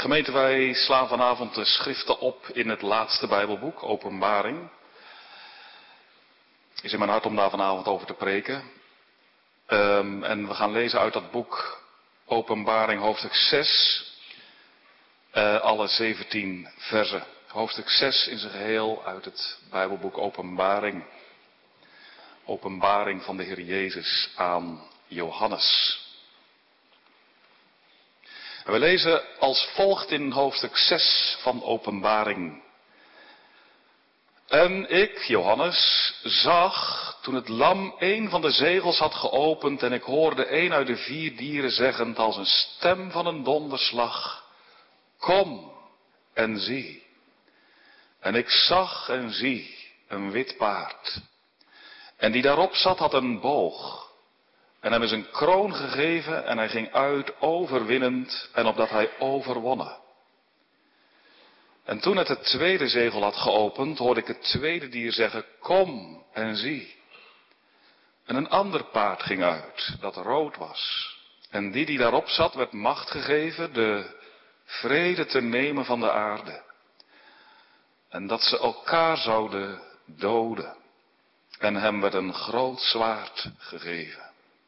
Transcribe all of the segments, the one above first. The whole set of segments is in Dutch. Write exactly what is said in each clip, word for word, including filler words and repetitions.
Gemeente, wij slaan vanavond de schriften op in het laatste Bijbelboek, Openbaring. Is in mijn hart om daar vanavond over te preken. Um, en we gaan lezen uit dat boek Openbaring hoofdstuk zes, uh, alle zeventien versen. Hoofdstuk zes in zijn geheel uit het Bijbelboek Openbaring. Openbaring van de Heer Jezus aan Johannes. En we lezen als volgt in hoofdstuk zes van Openbaring. En ik, Johannes, zag toen het lam een van de zegels had geopend en ik hoorde een uit de vier dieren zeggend als een stem van een donderslag: Kom en zie. En ik zag en zie een wit paard. En die daarop zat had een boog. En hem is een kroon gegeven en hij ging uit overwinnend en opdat hij overwonnen. En toen het het tweede zegel had geopend, hoorde ik het tweede dier zeggen: Kom en zie. En een ander paard ging uit, dat rood was. En die die daarop zat, werd macht gegeven de vrede te nemen van de aarde. En dat ze elkaar zouden doden. En hem werd een groot zwaard gegeven.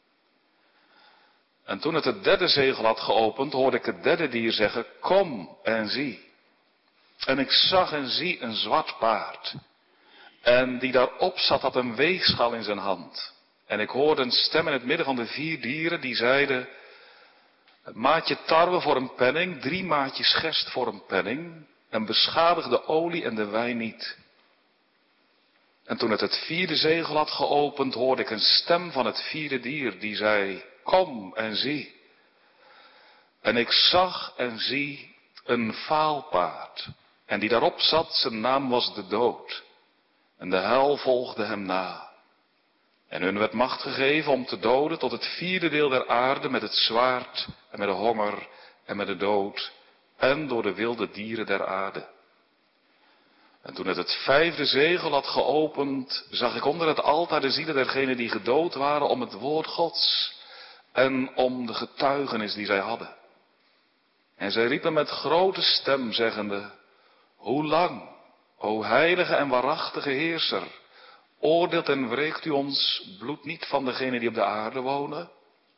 En toen het het derde zegel had geopend, hoorde ik het derde dier zeggen: Kom en zie. En ik zag en zie een zwart paard. En die daarop zat had een weegschaal in zijn hand. En ik hoorde een stem in het midden van de vier dieren die zeiden: een maatje tarwe voor een penning, drie maatjes gerst voor een penning. En beschadig de olie en de wijn niet. En toen het het vierde zegel had geopend, hoorde ik een stem van het vierde dier die zei: Kom en zie. En ik zag en zie een vaal paard. En die daarop zat, zijn naam was de dood. En de hel volgde hem na. En hun werd macht gegeven om te doden tot het vierde deel der aarde met het zwaard en met de honger en met de dood en door de wilde dieren der aarde. En toen het het vijfde zegel had geopend, zag ik onder het altaar de zielen dergenen die gedood waren om het woord Gods en om de getuigenis die zij hadden. En zij riepen met grote stem zeggende: Hoe lang, o heilige en waarachtige heerser, oordeelt en wreekt u ons bloed niet van degenen die op de aarde wonen?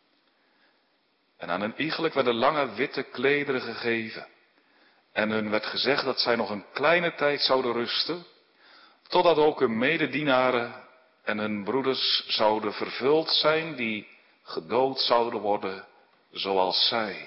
En aan een iegelijk werden lange witte klederen gegeven. En hun werd gezegd dat zij nog een kleine tijd zouden rusten, totdat ook hun mededienaren en hun broeders zouden vervuld zijn die gedood zouden worden zoals zij.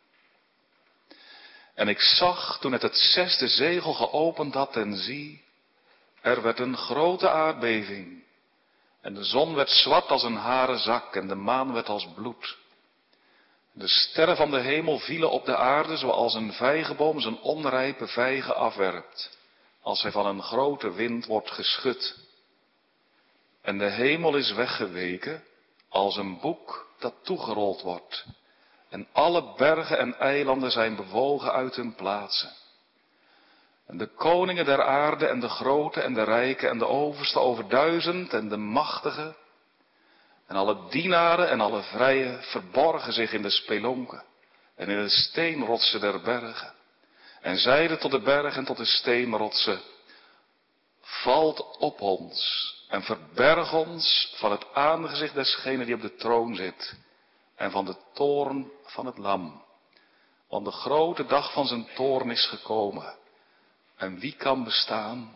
En ik zag toen het het zesde zegel geopend had en zie, er werd een grote aardbeving. En de zon werd zwart als een haren zak en de maan werd als bloed. De sterren van de hemel vielen op de aarde zoals een vijgenboom zijn onrijpe vijgen afwerpt, als hij van een grote wind wordt geschud. En de hemel is weggeweken als een boek dat toegerold wordt. En alle bergen en eilanden zijn bewogen uit hun plaatsen. En de koningen der aarde en de grote en de rijken en de overste over duizend en de machtigen en alle dienaren en alle vrije verborgen zich in de spelonken en in de steenrotsen der bergen. En zeiden tot de bergen en tot de steenrotsen: Valt op ons en verberg ons van het aangezicht desgene die op de troon zit en van de toorn van het lam. Want de grote dag van zijn toorn is gekomen. En wie kan bestaan?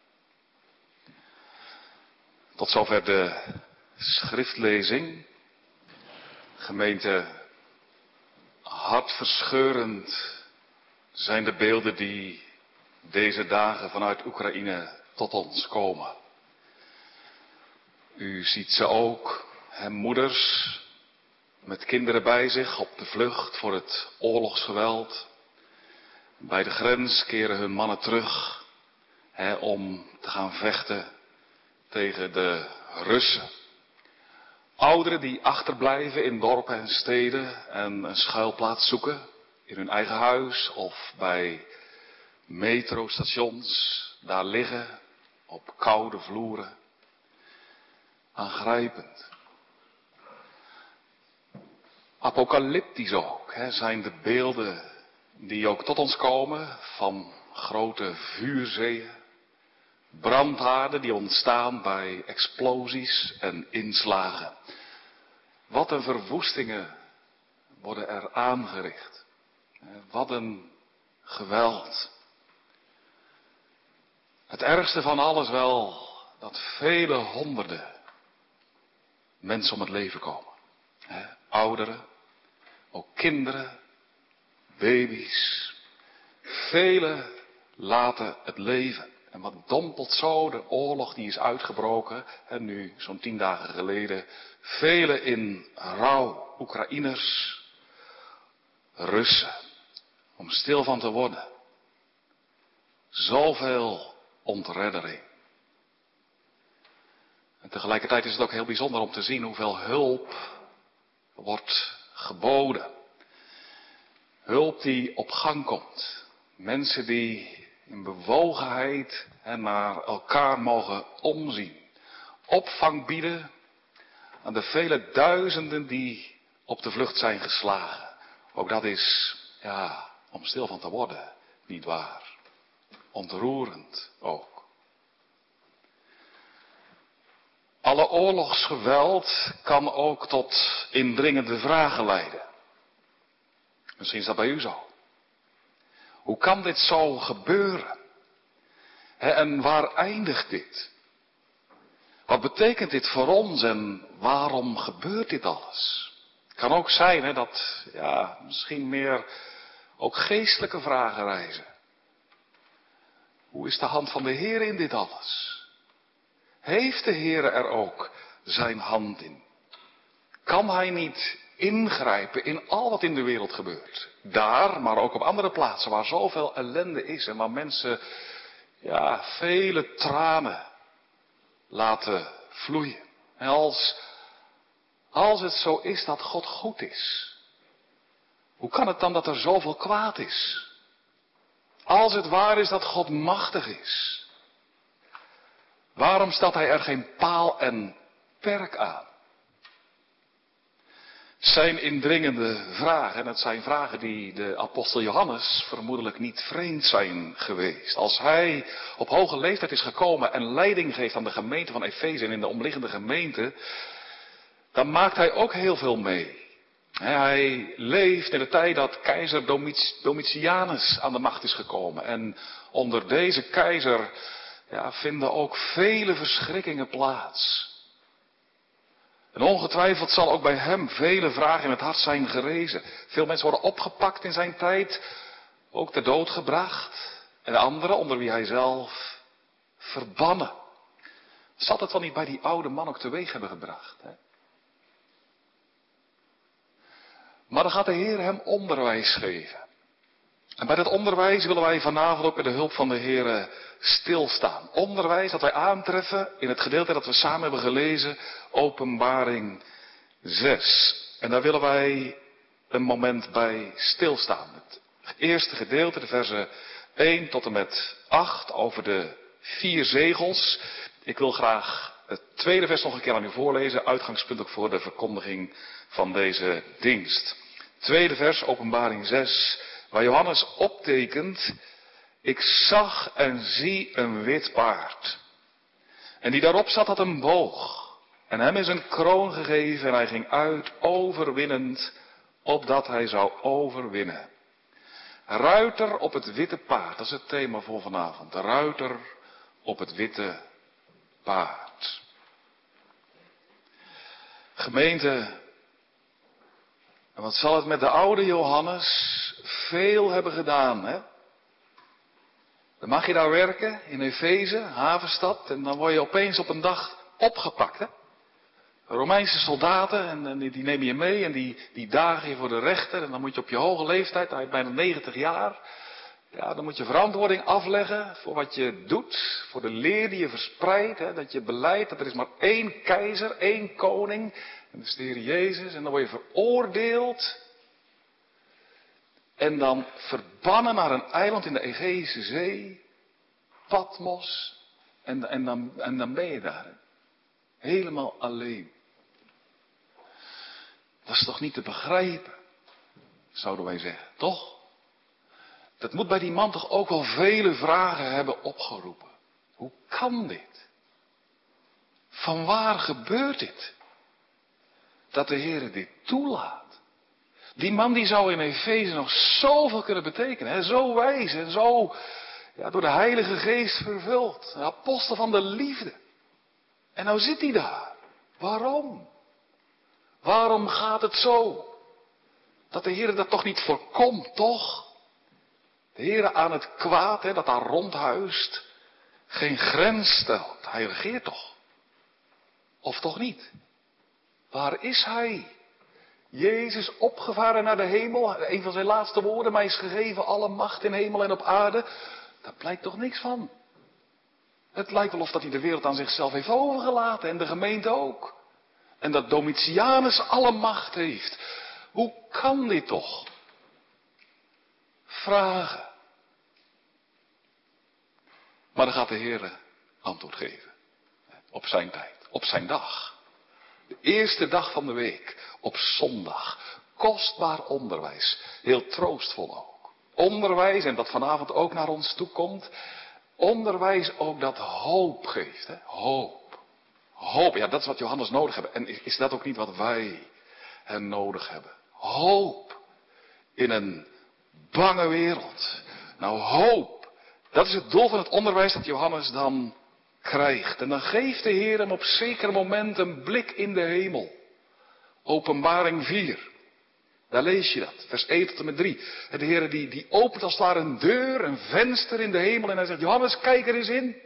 Tot zover de schriftlezing. Gemeente, hartverscheurend zijn de beelden die deze dagen vanuit Oekraïne tot ons komen. U ziet ze ook, hè, moeders met kinderen bij zich op de vlucht voor het oorlogsgeweld. Bij de grens keren hun mannen terug, hè, om te gaan vechten tegen de Russen. Ouderen die achterblijven in dorpen en steden en een schuilplaats zoeken in hun eigen huis of bij metrostations, daar liggen op koude vloeren. Aangrijpend. Apocalyptisch ook, hè, zijn de beelden die ook tot ons komen van grote vuurzeeën, brandhaarden die ontstaan bij explosies en inslagen. Wat een verwoestingen worden er aangericht. Wat een geweld. Het ergste van alles wel dat vele honderden mensen om het leven komen. Ouderen, ook kinderen, baby's. Velen laten het leven. En wat dompelt zo de oorlog die is uitgebroken, en nu zo'n tien dagen geleden, velen in rouw, Oekraïners, Russen, om stil van te worden. Zoveel ontreddering. En tegelijkertijd is het ook heel bijzonder om te zien hoeveel hulp wordt geboden. Hulp die op gang komt. Mensen die in bewogenheid en naar elkaar mogen omzien. Opvang bieden aan de vele duizenden die op de vlucht zijn geslagen. Ook dat is, ja, om stil van te worden, niet waar. Ontroerend ook. Alle oorlogsgeweld kan ook tot indringende vragen leiden. Misschien is dat bij u zo. Hoe kan dit zo gebeuren? He, en waar eindigt dit? Wat betekent dit voor ons en waarom gebeurt dit alles? Het kan ook zijn he, dat ja, misschien meer ook geestelijke vragen reizen. Hoe is de hand van de Heer in dit alles? Heeft de Heer er ook zijn hand in? Kan hij niet ingrijpen in al wat in de wereld gebeurt? Daar, maar ook op andere plaatsen waar zoveel ellende is en waar mensen ja, vele tranen laten vloeien. En als, als het zo is dat God goed is, hoe kan het dan dat er zoveel kwaad is? Als het waar is dat God machtig is, waarom stelt hij er geen paal en perk aan? Het zijn indringende vragen en het zijn vragen die de apostel Johannes vermoedelijk niet vreemd zijn geweest. Als hij op hoge leeftijd is gekomen en leiding geeft aan de gemeente van Efeze en in de omliggende gemeenten, dan maakt hij ook heel veel mee. Hij leeft in de tijd dat keizer Domitianus aan de macht is gekomen. En onder deze keizer ja, vinden ook vele verschrikkingen plaats. En ongetwijfeld zal ook bij hem vele vragen in het hart zijn gerezen. Veel mensen worden opgepakt in zijn tijd, ook ter dood gebracht. En anderen, onder wie hij zelf, verbannen. Zal het wel niet bij die oude man ook teweeg hebben gebracht? Hè? Maar dan gaat de Heer hem onderwijs geven. En bij dat onderwijs willen wij vanavond ook met de hulp van de Heer stilstaan. Onderwijs dat wij aantreffen in het gedeelte dat we samen hebben gelezen, Openbaring zes. En daar willen wij een moment bij stilstaan. Het eerste gedeelte, de versen één tot en met acht, over de vier zegels. Ik wil graag het tweede vers nog een keer aan u voorlezen, uitgangspunt ook voor de verkondiging van deze dienst. Tweede vers, Openbaring zes, waar Johannes optekent: ik zag en zie een wit paard. En die daarop zat had een boog. En hem is een kroon gegeven en hij ging uit overwinnend, opdat hij zou overwinnen. Ruiter op het witte paard, dat is het thema voor vanavond. De ruiter op het witte paard. Gemeente, en wat zal het met de oude Johannes veel hebben gedaan, hè? Dan mag je daar werken in Efeze, havenstad, en dan word je opeens op een dag opgepakt, hè? Romeinse soldaten, en, en die, die nemen je mee en die, die dagen je voor de rechter. En dan moet je op je hoge leeftijd, hij is bijna negentig jaar, ja, dan moet je verantwoording afleggen voor wat je doet, voor de leer die je verspreidt, hè, dat je beleidt dat er is maar één keizer, één koning, en dat is de Heer Jezus, en dan word je veroordeeld en dan verbannen naar een eiland in de Egeïsche Zee, Patmos, en, en, dan, en dan ben je daar, hè. Helemaal alleen. Dat is toch niet te begrijpen, zouden wij zeggen, toch? Dat moet bij die man toch ook wel vele vragen hebben opgeroepen. Hoe kan dit? Van waar gebeurt dit? Dat de Heer dit toelaat. Die man die zou in Efeze nog zoveel kunnen betekenen. Hè? Zo wijs en zo ja, door de Heilige Geest vervuld. Een apostel van de liefde. En nou zit hij daar. Waarom? Waarom gaat het zo? Dat de Heer dat toch niet voorkomt, toch? De Heer aan het kwaad, hè, dat daar rondhuist, geen grens stelt. Hij regeert toch? Of toch niet? Waar is Hij? Jezus opgevaren naar de hemel. Een van zijn laatste woorden. Mij is gegeven alle macht in hemel en op aarde. Daar blijkt toch niks van. Het lijkt wel of dat hij de wereld aan zichzelf heeft overgelaten. En de gemeente ook. En dat Domitianus alle macht heeft. Hoe kan dit toch? Vragen. Maar dan gaat de Heer antwoord geven. Op zijn tijd. Op zijn dag. De eerste dag van de week. Op zondag. Kostbaar onderwijs. Heel troostvol ook. Onderwijs, en dat vanavond ook naar ons toe komt. Onderwijs ook dat hoop geeft. Hè? Hoop. Hoop. Ja, dat is wat Johannes nodig hebben. En is dat ook niet wat wij hen nodig hebben? Hoop. In een bange wereld. Nou, hoop. Dat is het doel van het onderwijs dat Johannes dan krijgt. En dan geeft de Heer hem op zeker moment een blik in de hemel. Openbaring vier. Daar lees je dat. Vers één tot en met drie. En de Heer die, die opent als het ware een deur, een venster in de hemel. En hij zegt, Johannes, kijk er eens in.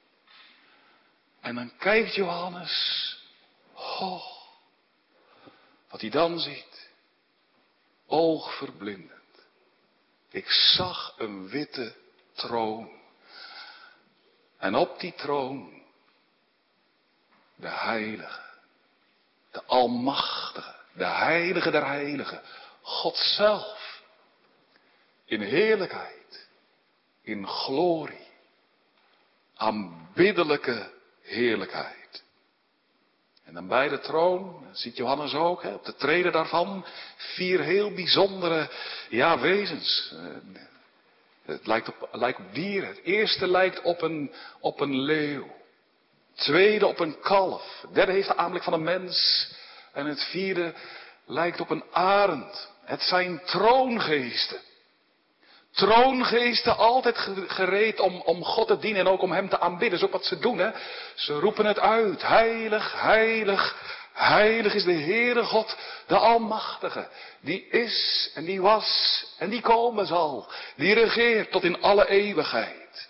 En dan kijkt Johannes. Oh, wat hij dan ziet. Oogverblindend. Ik zag een witte troon. En op die troon de Heilige, de Almachtige, de Heilige der Heiligen, God zelf, in heerlijkheid, in glorie, aanbiddelijke heerlijkheid. En dan bij de troon, ziet Johannes ook, hè, op de treden daarvan, vier heel bijzondere, ja, wezens. Het lijkt op, lijkt op dieren. Het eerste lijkt op een, op een leeuw. Het tweede op een kalf. Het derde heeft de aanblik van een mens. En het vierde lijkt op een arend. Het zijn troongeesten. Troongeesten altijd gereed om, om God te dienen en ook om Hem te aanbidden. Dat is ook wat ze doen, hè. Ze roepen het uit. Heilig, heilig, heilig is de Heere God, de Almachtige. Die is en die was en die komen zal. Die regeert tot in alle eeuwigheid.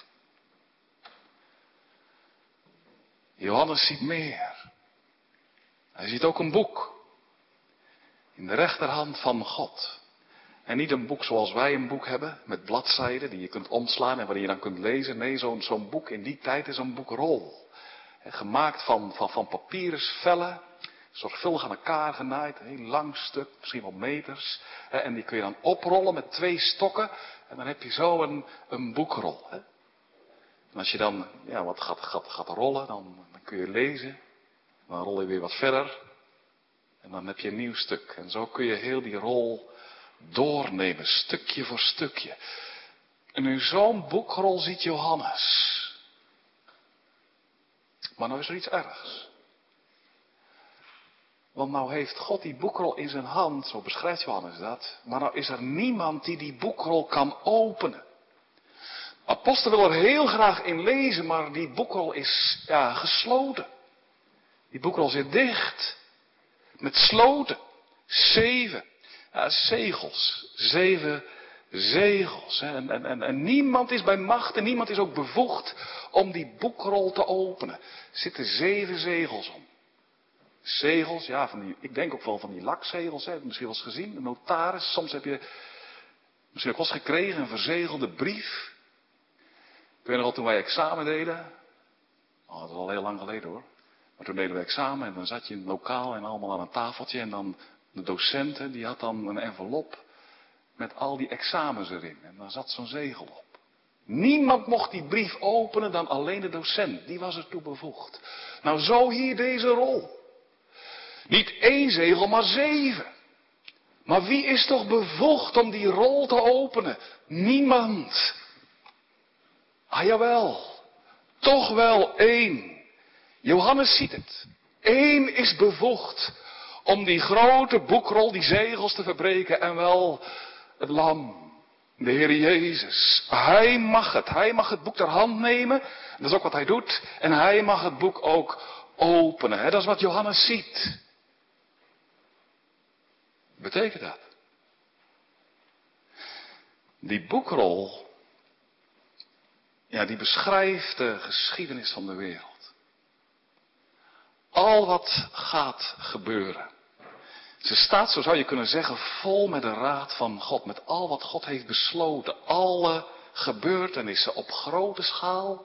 Johannes ziet meer. Hij ziet ook een boek. In de rechterhand van God. En niet een boek zoals wij een boek hebben, met bladzijden die je kunt omslaan en waarin je dan kunt lezen. Nee, zo'n zo'n boek in die tijd is een boekrol. En gemaakt van, van, van papyrusvellen, zorgvuldig aan elkaar genaaid, een heel lang stuk, misschien wel meters. En die kun je dan oprollen met twee stokken en dan heb je zo een, een boekrol. En als je dan ja, wat gaat, gaat, gaat rollen, dan, dan kun je lezen. Dan rol je weer wat verder en dan heb je een nieuw stuk. En zo kun je heel die rol doornemen, stukje voor stukje. En in zo'n boekrol ziet Johannes. Maar nou is er iets ergs. Want nou heeft God die boekrol in zijn hand, zo beschrijft Johannes dat. Maar nou is er niemand die die boekrol kan openen. Apostel wil er heel graag in lezen, maar die boekrol is ja, gesloten. Die boekrol zit dicht. Met sloten. Zeven. Ja, zegels. Zeven zegels. Hè. En, en, en, en niemand is bij macht en niemand is ook bevoegd om die boekrol te openen. Er zitten zeven zegels om. Zegels, ja, van die, ik denk ook wel van die lakzegels. Hè. Misschien wel eens gezien, een notaris. Soms heb je misschien ook wel eens gekregen, een verzegelde brief. Ik weet nog al toen wij examen deden. Oh, dat is al heel lang geleden hoor. Maar toen deden we examen en dan zat je in het lokaal en allemaal aan een tafeltje. En dan de docenten, die had dan een envelop met al die examens erin. En daar zat zo'n zegel op. Niemand mocht die brief openen dan alleen de docent. Die was ertoe bevoegd. Nou, zo hier deze rol. Niet één zegel, maar zeven. Maar wie is toch bevoegd om die rol te openen? Niemand. Ah jawel, toch wel één. Johannes ziet het. Eén is bevoegd om die grote boekrol, die zegels te verbreken. En wel het lam, de Heer Jezus. Hij mag het. Hij mag het boek ter hand nemen. Dat is ook wat hij doet. En hij mag het boek ook openen. Hè? Dat is wat Johannes ziet. Betekent dat? Die boekrol, ja, die beschrijft de geschiedenis van de wereld. Al wat gaat gebeuren. Ze staat, zo zou je kunnen zeggen, vol met de raad van God. Met al wat God heeft besloten. Alle gebeurtenissen op grote schaal.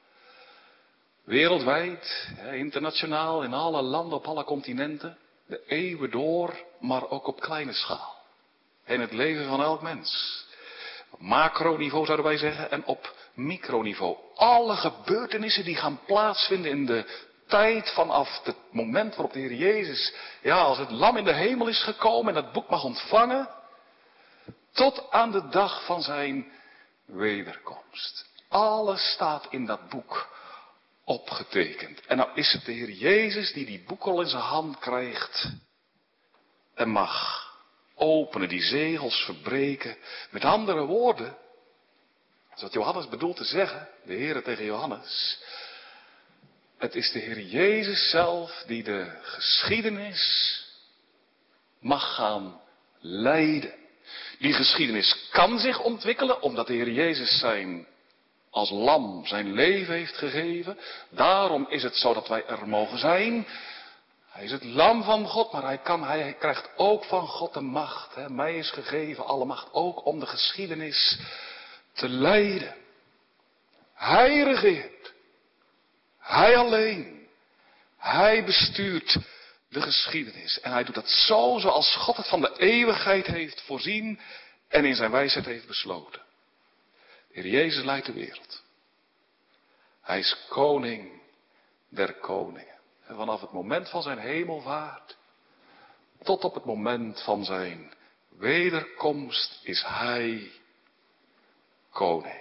Wereldwijd, internationaal, in alle landen, op alle continenten. De eeuwen door, maar ook op kleine schaal. In het leven van elk mens. Op macroniveau zouden wij zeggen en op microniveau. Alle gebeurtenissen die gaan plaatsvinden in de tijd vanaf het moment waarop de Heer Jezus, ja, als het lam in de hemel is gekomen en dat boek mag ontvangen, tot aan de dag van zijn wederkomst. Alles staat in dat boek opgetekend. En nou is het de Heer Jezus die die boekrol in zijn hand krijgt en mag openen, die zegels verbreken. Met andere woorden, dat is wat Johannes bedoelt te zeggen, de Heer tegen Johannes. Het is de Heer Jezus zelf die de geschiedenis mag gaan leiden. Die geschiedenis kan zich ontwikkelen omdat de Heer Jezus zijn als lam zijn leven heeft gegeven. Daarom is het zo dat wij er mogen zijn. Hij is het lam van God, maar hij, kan, hij krijgt ook van God de macht. Hè. Mij is gegeven alle macht ook om de geschiedenis te leiden. Hij regeert. Hij alleen. Hij bestuurt de geschiedenis. En hij doet dat zo zoals God het van de eeuwigheid heeft voorzien en in zijn wijsheid heeft besloten. De Heer Jezus leidt de wereld. Hij is koning der koningen. En vanaf het moment van zijn hemelvaart tot op het moment van zijn wederkomst is hij koning.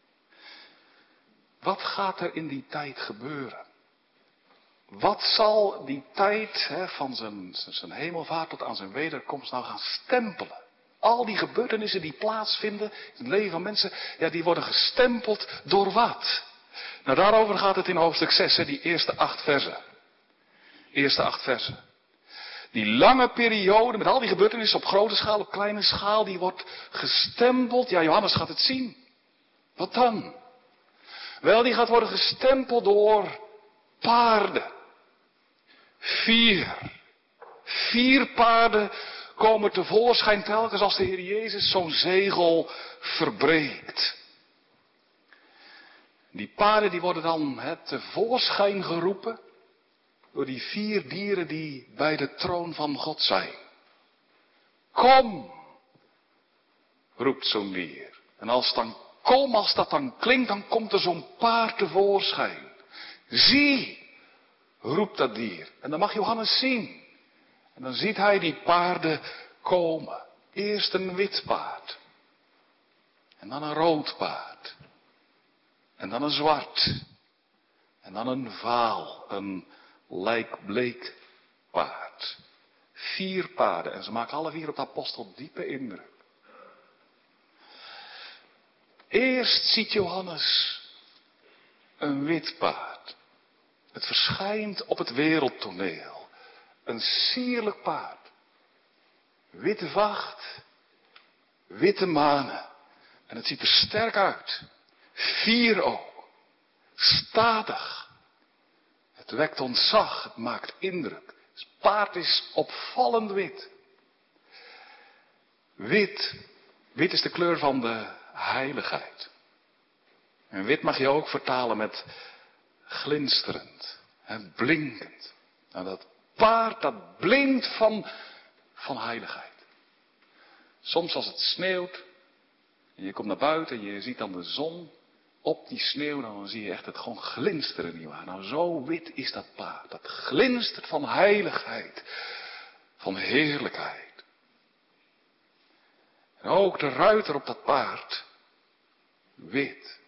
Wat gaat er in die tijd gebeuren? Wat zal die tijd hè, van zijn, zijn hemelvaart tot aan zijn wederkomst nou gaan stempelen? Al die gebeurtenissen die plaatsvinden in het leven van mensen, ja, die worden gestempeld door wat? Nou, daarover gaat het in hoofdstuk zes, hè, die eerste acht versen. Eerste acht versen. Die lange periode met al die gebeurtenissen op grote schaal, op kleine schaal, die wordt gestempeld. Ja, Johannes gaat het zien. Wat dan? Wel, die gaat worden gestempeld door paarden. Vier. Vier paarden komen tevoorschijn telkens als de Heer Jezus zo'n zegel verbreekt. Die paarden die worden dan he, tevoorschijn geroepen door die vier dieren die bij de troon van God zijn. Kom, roept zo'n dier. En als dan kom, als dat dan klinkt, dan komt er zo'n paard tevoorschijn. Zie, roept dat dier. En dan mag Johannes zien. En dan ziet hij die paarden komen. Eerst een wit paard. En dan een rood paard. En dan een zwart. En dan een vaal, een lijkbleek paard. Vier paarden. En ze maken alle vier op de apostel diepe indruk. Eerst ziet Johannes een wit paard. Het verschijnt op het wereldtoneel. Een sierlijk paard. Witte vacht. Witte manen. En het ziet er sterk uit. Vier ook. Statig. Het wekt ontzag. Het maakt indruk. Het paard is opvallend wit. Wit. Wit is de kleur van de heiligheid. En wit mag je ook vertalen met glinsterend. En blinkend. Nou, dat paard dat blinkt van, van heiligheid. Soms als het sneeuwt. En je komt naar buiten en je ziet dan de zon op die sneeuw. Dan zie je echt het gewoon glinsteren nietwaar. Nou zo wit is dat paard. Dat glinstert van heiligheid. Van heerlijkheid. En ook de ruiter op dat paard, wit.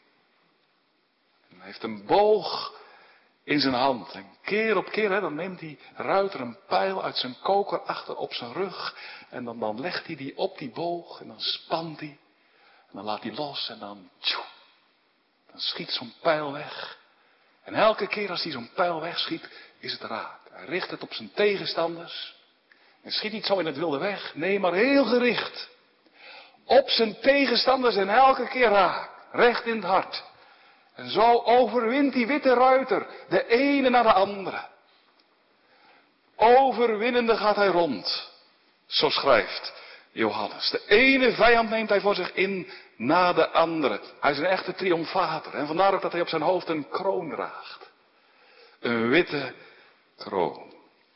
En hij heeft een boog in zijn hand. En keer op keer, hè, dan neemt die ruiter een pijl uit zijn koker achter op zijn rug. En dan, dan legt hij die op die boog en dan spant hij. En dan laat hij los en dan, tjoe, dan schiet zo'n pijl weg. En elke keer als hij zo'n pijl wegschiet, is het raak. Hij richt het op zijn tegenstanders. En schiet niet zo in het wilde weg. Nee, maar heel gericht. Op zijn tegenstanders en elke keer raak. Recht in het hart. En zo overwint die witte ruiter de ene na de andere. Overwinnende gaat hij rond. Zo schrijft Johannes. De ene vijand neemt hij voor zich in na de andere. Hij is een echte triomfator. En vandaar ook dat hij op zijn hoofd een kroon draagt. Een witte kroon.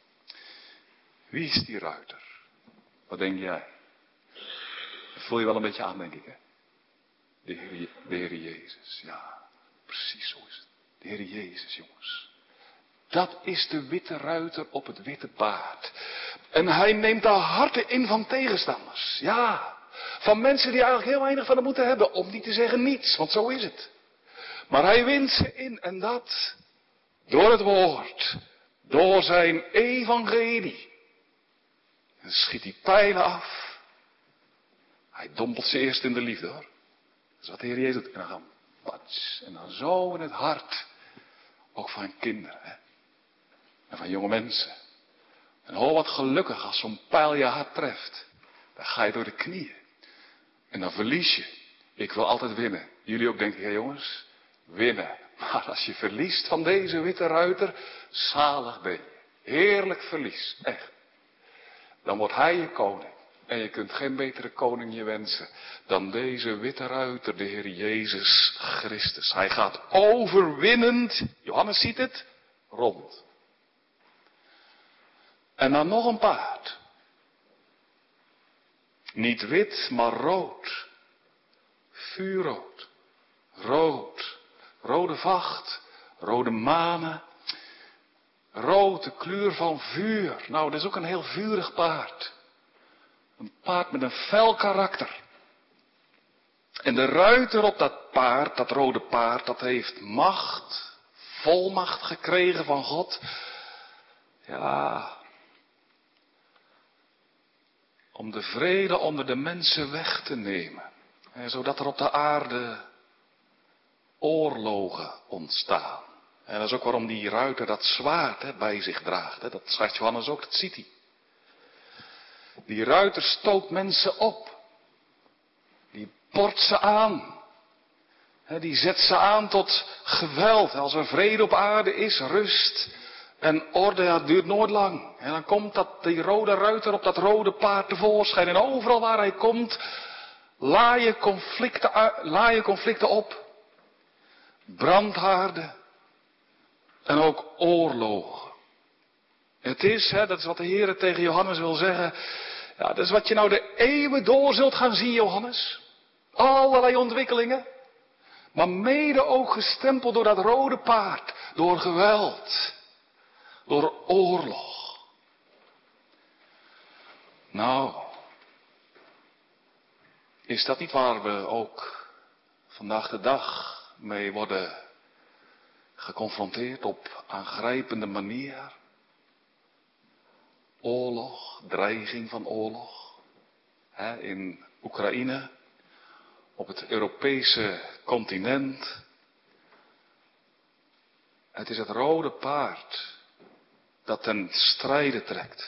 Wie is die ruiter? Wat denk jij? Dat voel je wel een beetje aan, denk ik, hè? De Heer, de Heer Jezus, ja. Precies zo is het. De Heer Jezus, jongens. Dat is de witte ruiter op het witte paard. En hij neemt de harten in van tegenstanders. Ja, van mensen die eigenlijk heel weinig van hem moeten hebben. Om niet te zeggen niets, want zo is het. Maar hij wint ze in en dat door het woord. Door zijn evangelie. En schiet die pijlen af. Hij dompelt ze eerst in de liefde, hoor. Dat is wat de Heer Jezus doet. En dan gaan pats. En dan zo in het hart. Ook van kinderen, hè. En van jonge mensen. En hoor wat gelukkig als zo'n pijl je hart treft. Dan ga je door de knieën. En dan verlies je. Ik wil altijd winnen. Jullie ook denken, ja jongens, winnen. Maar als je verliest van deze witte ruiter, zalig ben je. Heerlijk verlies, echt. Dan wordt hij je koning. En je kunt geen betere koning je wensen dan deze witte ruiter, de Heer Jezus Christus. Hij gaat overwinnend, Johannes ziet het, rond. En dan nog een paard. Niet wit, maar rood. Vuurrood. Rood. Rode vacht. Rode manen. Rode kleur van vuur. Nou, dat is ook een heel vurig paard. Een paard met een fel karakter. En de ruiter op dat paard, dat rode paard, dat heeft macht, volmacht gekregen van God. Ja, om de vrede onder de mensen weg te nemen. En zodat er op de aarde oorlogen ontstaan. En dat is ook waarom die ruiter dat zwaard hè, bij zich draagt. Hè. Dat schrijft Johannes ook, dat ziet hij. Die ruiter stoot mensen op. Die port ze aan. Hè, die zet ze aan tot geweld. Als er vrede op aarde is, rust en orde, ja, het duurt nooit lang. En dan komt dat, die rode ruiter op dat rode paard tevoorschijn. En overal waar hij komt, laaien conflicten, laaien conflicten op. Brandhaarden. En ook oorlogen. Het is, hè, dat is wat de Heer tegen Johannes wil zeggen. Ja, dat is wat je nou de eeuwen door zult gaan zien, Johannes. Allerlei ontwikkelingen. Maar mede ook gestempeld door dat rode paard. Door geweld. Door oorlog. Nou, is dat niet waar we ook vandaag de dag mee worden geconfronteerd op aangrijpende manier? Oorlog, dreiging van oorlog. Hè, in Oekraïne, op het Europese continent. Het is het rode paard dat ten strijde trekt.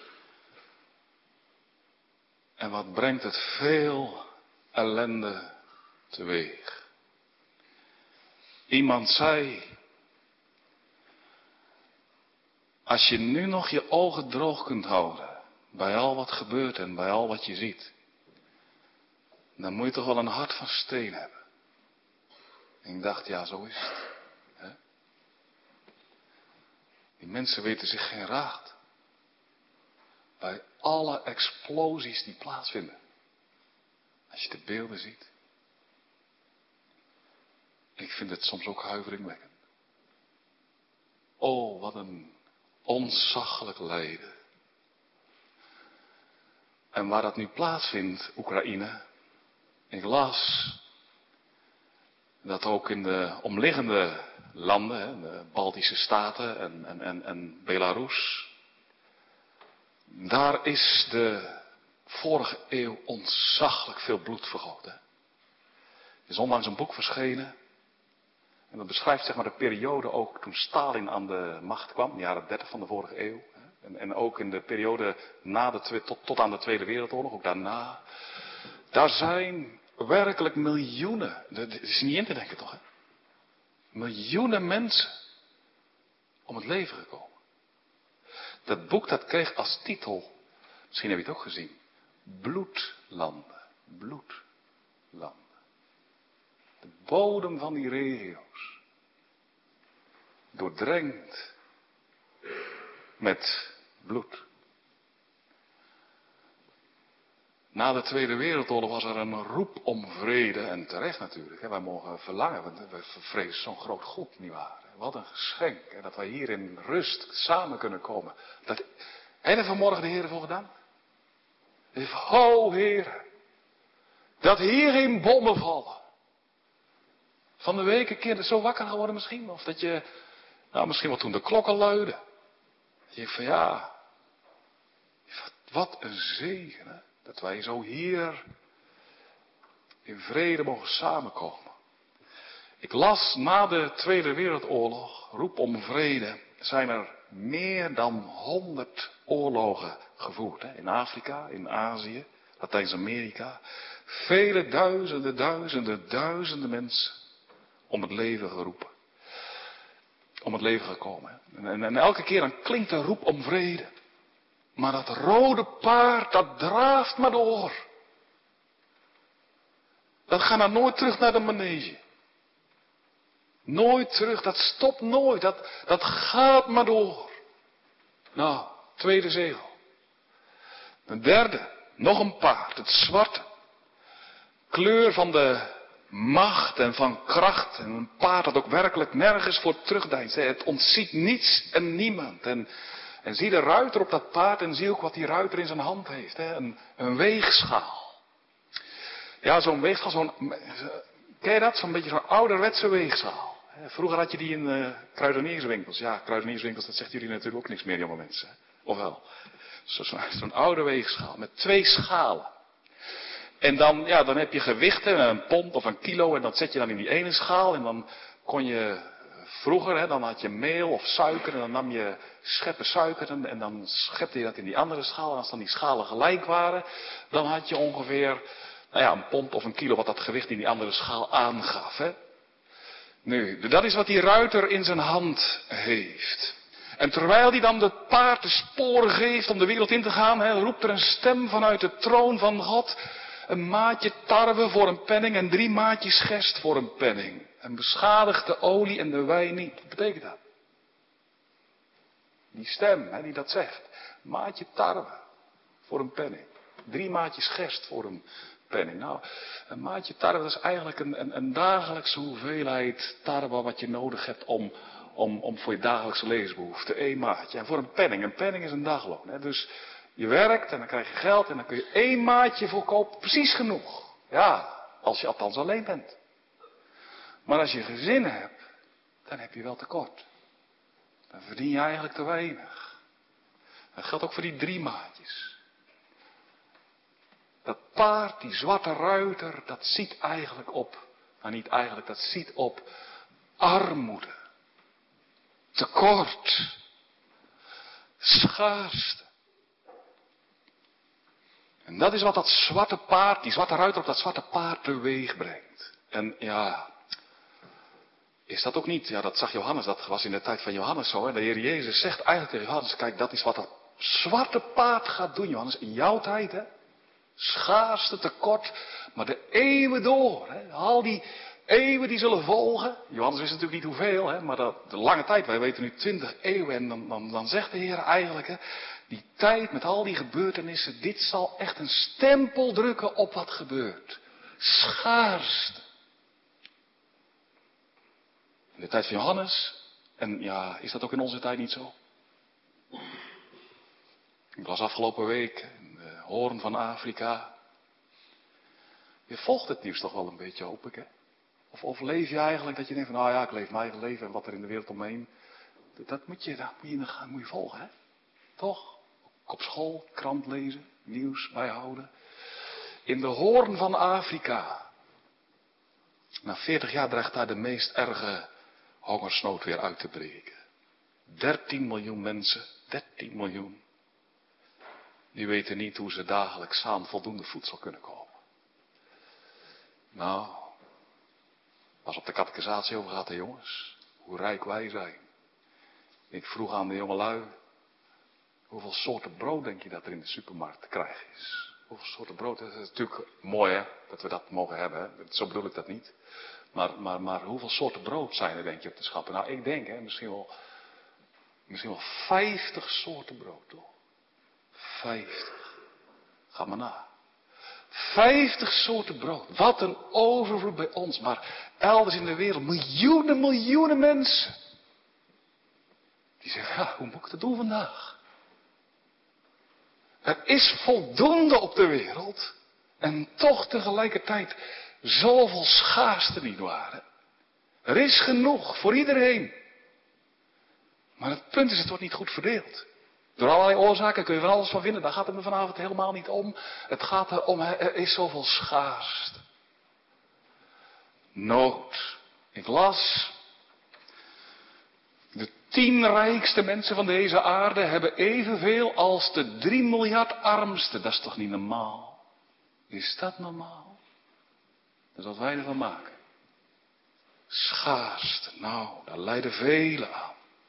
En wat brengt het veel ellende teweeg. Iemand zei, als je nu nog je ogen droog kunt houden bij al wat gebeurt en bij al wat je ziet, dan moet je toch wel een hart van steen hebben. En ik dacht, ja, zo is het. Hè? Die mensen weten zich geen raad. Bij alle explosies die plaatsvinden. Als je de beelden ziet. Ik vind het soms ook huiveringwekkend. Oh, wat een ontzaglijk lijden. En waar dat nu plaatsvindt, Oekraïne, ik las dat ook in de omliggende landen, de Baltische Staten en, en, en, en Belarus, daar is de vorige eeuw ontzaglijk veel bloed vergoten. Er is onlangs een boek verschenen. En dat beschrijft zeg maar de periode ook toen Stalin aan de macht kwam, in de jaren dertig van de vorige eeuw. En, en ook in de periode na de, tot, tot aan de Tweede Wereldoorlog, ook daarna. Daar zijn werkelijk miljoenen, dat is niet in te denken toch, hè? Miljoenen mensen om het leven gekomen. Dat boek dat kreeg als titel, misschien heb je het ook gezien, Bloedlanden. Bloedlanden. De bodem van die regio's. Doordrenkt met bloed. Na de Tweede Wereldoorlog was er een roep om vrede. En terecht natuurlijk. Hè. Wij mogen verlangen. Want we vrezen zo'n groot goed, nietwaar. Wat een geschenk. Hè, dat wij hier in rust samen kunnen komen. Dat, heb je er vanmorgen de Heer ervoor gedaan? Ho Heer. Dat hier geen bommen vallen. Van de week een keer zo wakker geworden misschien. Of dat je, nou misschien wel toen de klokken luiden. Je denkt van ja. Wat een zegen hè. Dat wij zo hier in vrede mogen samenkomen. Ik las na de Tweede Wereldoorlog, roep om vrede, zijn er meer dan honderd oorlogen gevoerd. Hè? In Afrika, in Azië, Latijns-Amerika. Vele duizenden, duizenden, duizenden mensen om het leven geroepen. Om het leven gekomen. En, en, en elke keer dan klinkt de roep om vrede. Maar dat rode paard, dat draaft maar door. Dat gaat nou nooit terug naar de manege. Nooit terug, dat stopt nooit. Dat, dat gaat maar door. Nou, tweede zegel. Een derde, nog een paard, het zwarte. Kleur van de macht en van kracht. En een paard dat ook werkelijk nergens voor terugdeinst. Het ontziet niets en niemand. En... En zie de ruiter op dat paard en zie ook wat die ruiter in zijn hand heeft. Hè? Een, een weegschaal. Ja, zo'n weegschaal, zo'n, ken je dat? Zo'n beetje zo'n ouderwetse weegschaal. Vroeger had je die in uh, kruidenierswinkels. Ja, kruidenierswinkels, dat zegt jullie natuurlijk ook niks meer, jonge mensen. Of wel? Zo, zo, zo'n oude weegschaal met twee schalen. En dan, ja, dan heb je gewichten, een pond of een kilo en dat zet je dan in die ene schaal. En dan kon je... Vroeger, hè, dan had je meel of suiker en dan nam je scheppen suiker en, en dan schepte je dat in die andere schaal. En als dan die schalen gelijk waren, dan had je ongeveer, nou ja, een pond of een kilo wat dat gewicht in die andere schaal aangaf. Hè. Nu, dat is wat die ruiter in zijn hand heeft. En terwijl hij dan het paard de sporen geeft om de wereld in te gaan, hè, roept er een stem vanuit de troon van God. Een maatje tarwe voor een penning en drie maatjes gerst voor een penning. En beschadigt de olie en de wijn niet. Wat betekent dat? Die stem hè, die dat zegt. Maatje tarwe voor een penning. Drie maatjes gerst voor een penning. Nou, een maatje tarwe dat is eigenlijk een, een, een dagelijkse hoeveelheid tarwe wat je nodig hebt om, om, om voor je dagelijkse levensbehoeften. Eén maatje. En voor een penning. Een penning is een dagloon. Hè. Dus je werkt en dan krijg je geld en dan kun je één maatje voor kopen. Precies genoeg. Ja, als je althans alleen bent. Maar als je gezinnen hebt, dan heb je wel tekort. Dan verdien je eigenlijk te weinig. Dat geldt ook voor die drie maatjes. Dat paard, die zwarte ruiter, dat ziet eigenlijk op, nou niet eigenlijk, dat ziet op armoede. Tekort. Schaarste. En dat is wat dat zwarte paard, die zwarte ruiter op dat zwarte paard teweeg brengt. En ja... Is dat ook niet? Ja, dat zag Johannes, dat was in de tijd van Johannes zo. En de Heer Jezus zegt eigenlijk tegen Johannes, kijk, dat is wat dat zwarte paard gaat doen, Johannes. In jouw tijd, hè. Schaarste, tekort, maar de eeuwen door. Hè. Al die eeuwen die zullen volgen. Johannes wist natuurlijk niet hoeveel, hè, maar dat, de lange tijd, wij weten nu twintig eeuwen. En dan, dan, dan zegt de Heer eigenlijk, hè, die tijd met al die gebeurtenissen, dit zal echt een stempel drukken op wat gebeurt. Schaarste. In de tijd van Johannes. En ja, is dat ook in onze tijd niet zo? Ik was afgelopen week in de Hoorn van Afrika. Je volgt het nieuws toch wel een beetje, hoop ik, hè? Of, of leef je eigenlijk dat je denkt van, nou ja, ik leef mijn eigen leven en wat er in de wereld omheen. Dat, dat moet je, dat moet je, dat moet je volgen, hè? Toch? Ook op school, krant lezen, nieuws bijhouden. In de Hoorn van Afrika. Na veertig jaar dreigt daar de meest erge hongersnood weer uit te breken. dertien miljoen mensen, dertien miljoen. Die weten niet hoe ze dagelijks aan voldoende voedsel kunnen komen. Nou, als op de catechisatie over gaat, hè jongens. Hoe rijk wij zijn. Ik vroeg aan de jongelui. Hoeveel soorten brood denk je dat er in de supermarkt te krijgen is? Hoeveel soorten brood? Dat is natuurlijk mooi, hè, dat we dat mogen hebben. Hè? Zo bedoel ik dat niet. Maar, maar, maar hoeveel soorten brood zijn er, denk je, op de schappen? Nou, ik denk, hè, misschien wel, misschien wel vijftig soorten brood, toch? vijftig. Ga maar na. vijftig soorten brood. Wat een overvloed bij ons. Maar elders in de wereld, miljoenen, miljoenen mensen. Die zeggen, ja, hoe moet ik dat doen vandaag? Er is voldoende op de wereld. En toch tegelijkertijd zoveel schaarste, nietwaar? Hè? Er is genoeg voor iedereen. Maar het punt is, het wordt niet goed verdeeld. Door allerlei oorzaken kun je van alles van vinden. Daar gaat het me vanavond helemaal niet om. Het gaat erom, er is zoveel schaarste. Nood. Ik las. De tien rijkste mensen van deze aarde hebben evenveel als de drie miljard armsten. Dat is toch niet normaal? Is dat normaal? Dat is wat wij ervan maken. Schaarste. Nou, daar lijden velen aan.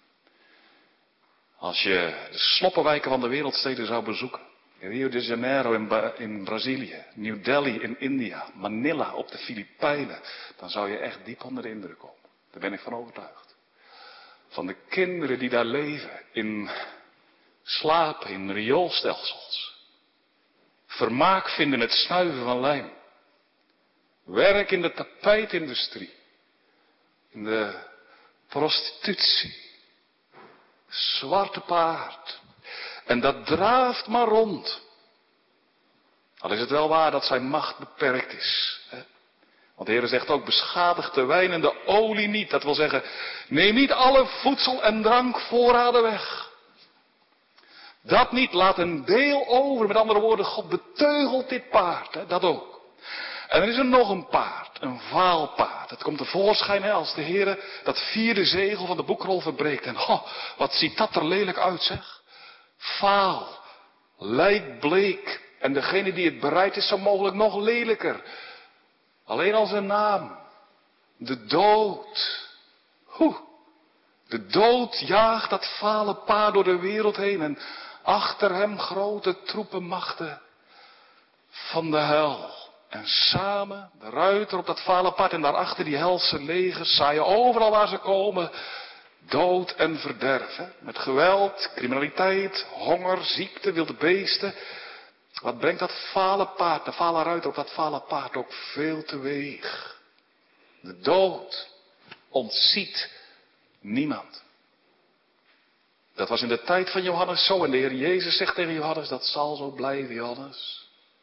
Als je de sloppenwijken van de wereldsteden zou bezoeken. Rio de Janeiro in, Ba- in Brazilië. New Delhi in India. Manila op de Filipijnen. Dan zou je echt diep onder de indruk komen. Daar ben ik van overtuigd. Van de kinderen die daar leven. In slapen, in rioolstelsels. Vermaak vinden het snuiven van lijm. Werk in de tapijtindustrie. In de prostitutie. Zwarte paard. En dat draaft maar rond. Al is het wel waar dat zijn macht beperkt is. Hè? Want de Heer zegt ook, beschadig de wijn en de olie niet. Dat wil zeggen, neem niet alle voedsel en drankvoorraden weg. Dat niet, laat een deel over. Met andere woorden, God beteugelt dit paard. Hè? Dat ook. En er is er nog een paard, een vaal paard. Het komt tevoorschijn hè, als de Heer dat vierde zegel van de boekrol verbreekt. En oh, wat ziet dat er lelijk uit zeg. Vaal, lijkbleek. En degene die het bereidt is zo mogelijk nog lelijker. Alleen al zijn naam. De dood. Hoe? De dood jaagt dat vale paard door de wereld heen. En achter hem grote troepenmachten van de hel. En samen, de ruiter op dat vale paard en daarachter die helse legers, zaaien overal waar ze komen, dood en verderf. Hè? Met geweld, criminaliteit, honger, ziekte, wilde beesten. Wat brengt dat vale paard, de vale ruiter op dat vale paard ook veel teweeg. De dood ontziet niemand. Dat was in de tijd van Johannes zo en de Heer Jezus zegt tegen Johannes, dat zal zo blijven Johannes.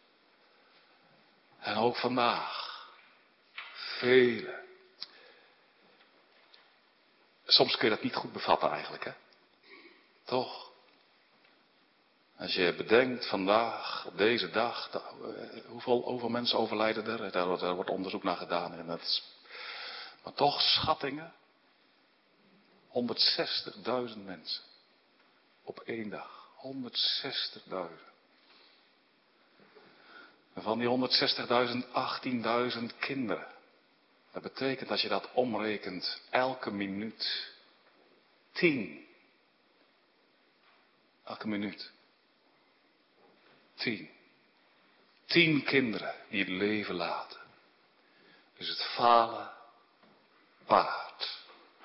En ook vandaag. Velen. Soms kun je dat niet goed bevatten eigenlijk, hè? Toch? Als je bedenkt vandaag, op deze dag, hoeveel, hoeveel mensen overlijden er? Daar wordt, daar wordt onderzoek naar gedaan. En dat is, maar toch schattingen. honderdzestigduizend mensen. Op één dag. honderdzestigduizend. En van die honderdzestigduizend, achttienduizend kinderen. Dat betekent als je dat omrekent, elke minuut tien. Elke minuut. Tien. Tien kinderen die het leven laten. Dus het fale paard.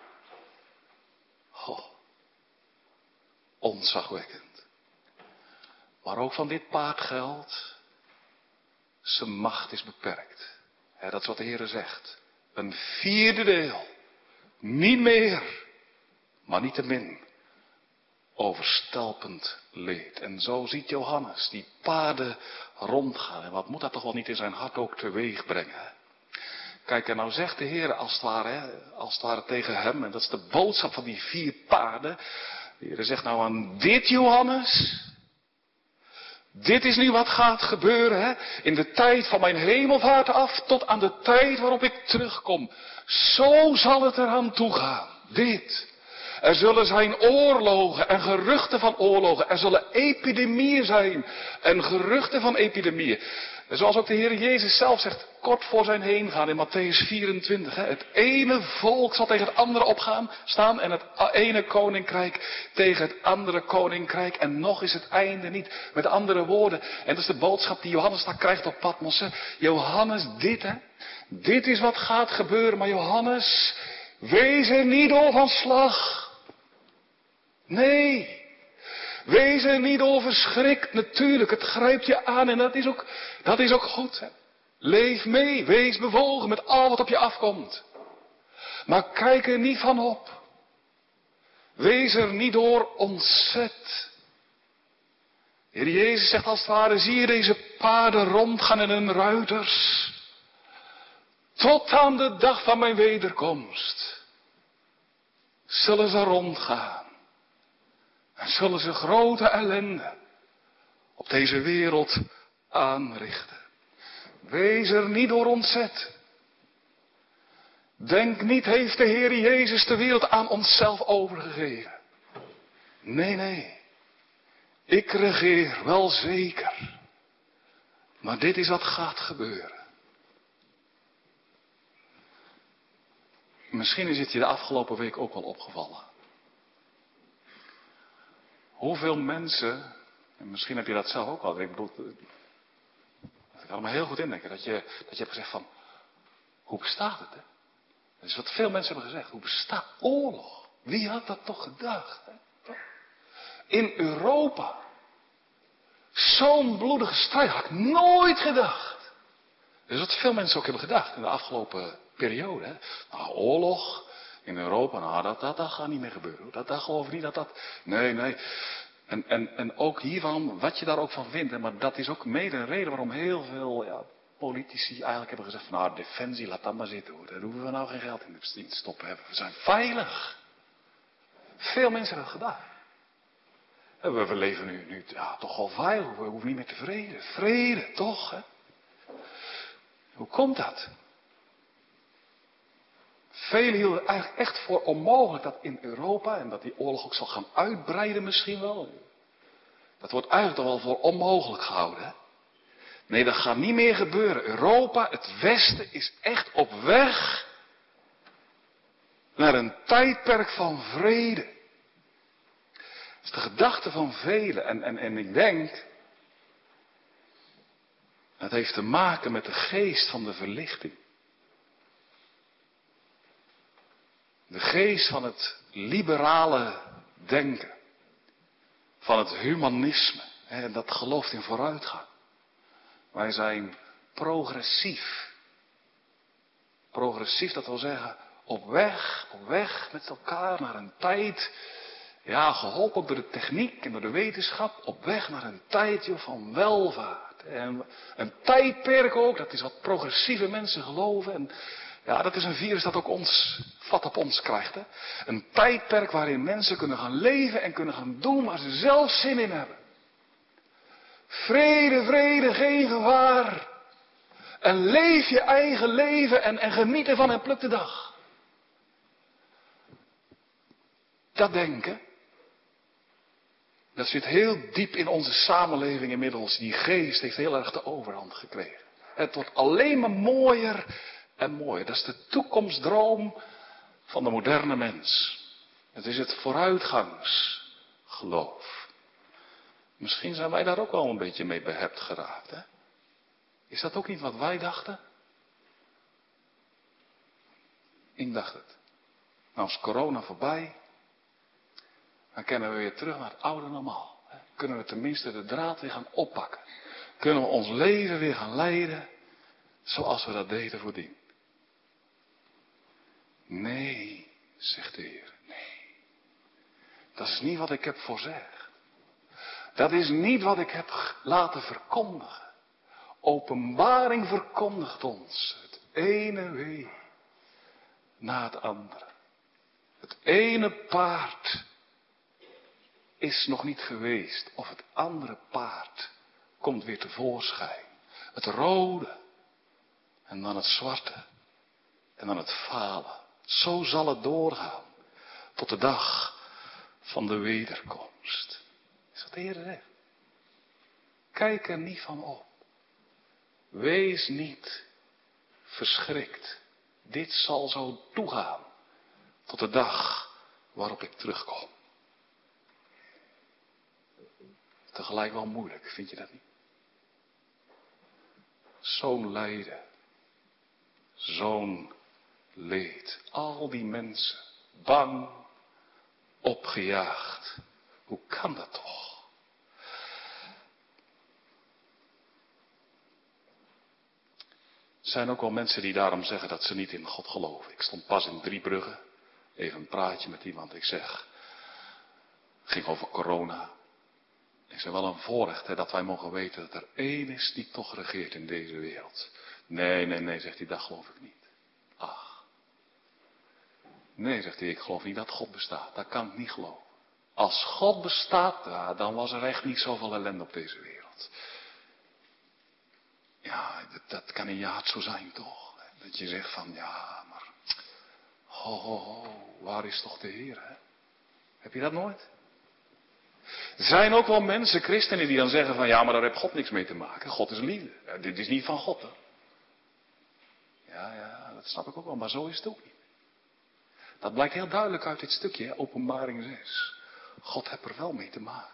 Oh, ontzagwekkend. Maar ook van dit paard geldt, zijn macht is beperkt. He, dat is wat de Heer zegt. Een vierde deel. Niet meer. Maar niet te min. overstelpend leed. En zo ziet Johannes die paarden rondgaan. En wat moet dat toch wel niet in zijn hart ook teweeg brengen. Kijk, en nou zegt de Heer als het ware, hè, als het ware tegen hem, en dat is de boodschap van die vier paarden. De Heer zegt nou aan dit Johannes, dit is nu wat gaat gebeuren, hè, in de tijd van mijn hemelvaart af tot aan de tijd waarop ik terugkom. Zo zal het eraan toegaan. Dit. Er zullen zijn oorlogen en geruchten van oorlogen. Er zullen epidemieën zijn en geruchten van epidemieën. En zoals ook de Heer Jezus zelf zegt, kort voor zijn heen gaan in Matthäus vierentwintig. Hè, het ene volk zal tegen het andere opgaan staan en het ene koninkrijk tegen het andere koninkrijk. En nog is het einde niet. Met andere woorden, en dat is de boodschap die Johannes daar krijgt op Patmos. Hè. Johannes, dit hè, dit is wat gaat gebeuren. Maar Johannes, wees er niet door van slag. Nee, wees er niet door verschrikt. Natuurlijk, het grijpt je aan en dat is ook, dat is ook goed. Hè? Leef mee, wees bewogen met al wat op je afkomt. Maar kijk er niet van op. Wees er niet door ontzet. De Heer Jezus zegt als het ware, zie je deze paarden rondgaan en hun ruiters. Tot aan de dag van mijn wederkomst zullen ze rondgaan. En zullen ze grote ellende op deze wereld aanrichten. Wees er niet door ontzet. Denk niet, heeft de Heer Jezus de wereld aan onszelf overgegeven. Nee, nee. Ik regeer, wel zeker. Maar dit is wat gaat gebeuren. Misschien is het je de afgelopen week ook wel opgevallen. Hoeveel mensen, en misschien heb je dat zelf ook al, ik bedoel, ik kan er me heel goed indenken, dat je, dat je hebt gezegd van, hoe bestaat het? Hè? Dat is wat veel mensen hebben gezegd, hoe bestaat oorlog? Wie had dat toch gedacht? Hè? In Europa, zo'n bloedige strijd had ik nooit gedacht. Dat is wat veel mensen ook hebben gedacht in de afgelopen periode. Hè? Nou, oorlog in Europa, nou dat, dat, dat gaat niet meer gebeuren. Dat, dat geloof ik niet dat dat, nee, nee. En, en, en ook hiervan, wat je daar ook van vindt, hè, maar dat is ook mede een reden waarom heel veel ja, politici eigenlijk hebben gezegd van, nou, defensie, laat dat maar zitten hoor. Daar hoeven we nou geen geld in te stoppen. We zijn veilig. Veel mensen hebben dat gedaan. We, we leven nu, nu ja, toch wel veilig, we hoeven niet meer te vreden. Vrede, toch? Hè? Hoe komt dat? Velen hielden eigenlijk echt voor onmogelijk dat in Europa, en dat die oorlog ook zal gaan uitbreiden misschien wel. Dat wordt eigenlijk toch wel voor onmogelijk gehouden. Hè? Nee, dat gaat niet meer gebeuren. Europa, het Westen, is echt op weg naar een tijdperk van vrede. Dat is de gedachte van velen. En, en, en ik denk, het heeft te maken met de geest van de verlichting. De geest van het liberale denken. Van het humanisme. En dat gelooft in vooruitgang. Wij zijn progressief. Progressief, dat wil zeggen, op weg, op weg met elkaar naar een tijd. Ja, geholpen door de techniek en door de wetenschap. Op weg naar een tijd joh, van welvaart. En een tijdperk ook, dat is wat progressieve mensen geloven. En ja, dat is een virus dat ook ons, vat op ons krijgt. Hè? Een tijdperk waarin mensen kunnen gaan leven en kunnen gaan doen waar ze zelf zin in hebben. Vrede, vrede, geen gevaar. En leef je eigen leven en, en geniet ervan en pluk de dag. Dat denken, dat zit heel diep in onze samenleving inmiddels. Die geest heeft heel erg de overhand gekregen. Het wordt alleen maar mooier en mooier. Dat is de toekomstdroom van de moderne mens. Het is het vooruitgangsgeloof. Misschien zijn wij daar ook wel een beetje mee behept geraakt. Hè? Is dat ook niet wat wij dachten? Ik dacht het. Nou is corona voorbij. Dan kunnen we weer terug naar het oude normaal. Hè? Kunnen we tenminste de draad weer gaan oppakken. Kunnen we ons leven weer gaan leiden. Zoals we dat deden voordien. Nee, zegt de Heer. Nee. Dat is niet wat ik heb voorzegd. Dat is niet wat ik heb laten verkondigen. Openbaring verkondigt ons het ene wee na het andere. Het ene paard is nog niet geweest of het andere paard komt weer tevoorschijn. Het rode en dan het zwarte en dan het vale. Zo zal het doorgaan tot de dag van de wederkomst. Is wat de Heer zegt. Kijk er niet van op. Wees niet verschrikt. Dit zal zo toegaan tot de dag waarop ik terugkom. Tegelijk wel moeilijk, vind je dat niet? Zo'n lijden, zo'n leed, al die mensen, bang, opgejaagd. Hoe kan dat toch? Er zijn ook wel mensen die daarom zeggen dat ze niet in God geloven. Ik stond pas in Driebrugge, even een praatje met iemand. Ik zeg, het ging over corona. Ik zeg wel een voorrecht hè, dat wij mogen weten dat er één is die toch regeert in deze wereld. Nee, nee, nee, zegt hij, dat geloof ik niet. Ach. Nee, zegt hij, ik geloof niet dat God bestaat. Dat kan ik niet geloven. Als God bestaat, ja, dan was er echt niet zoveel ellende op deze wereld. Ja, dat, dat kan in je hart zo zijn toch? Dat je zegt van, ja, maar, ho, ho, ho, waar is toch de Heer, hè? Heb je dat nooit? Er zijn ook wel mensen, christenen, die dan zeggen van, ja, maar daar heeft God niks mee te maken. God is liefde. Ja, dit is niet van God, hè? Ja, ja, dat snap ik ook wel, maar zo is het ook niet. Dat blijkt heel duidelijk uit dit stukje, hè? Openbaring zes. God heeft er wel mee te maken.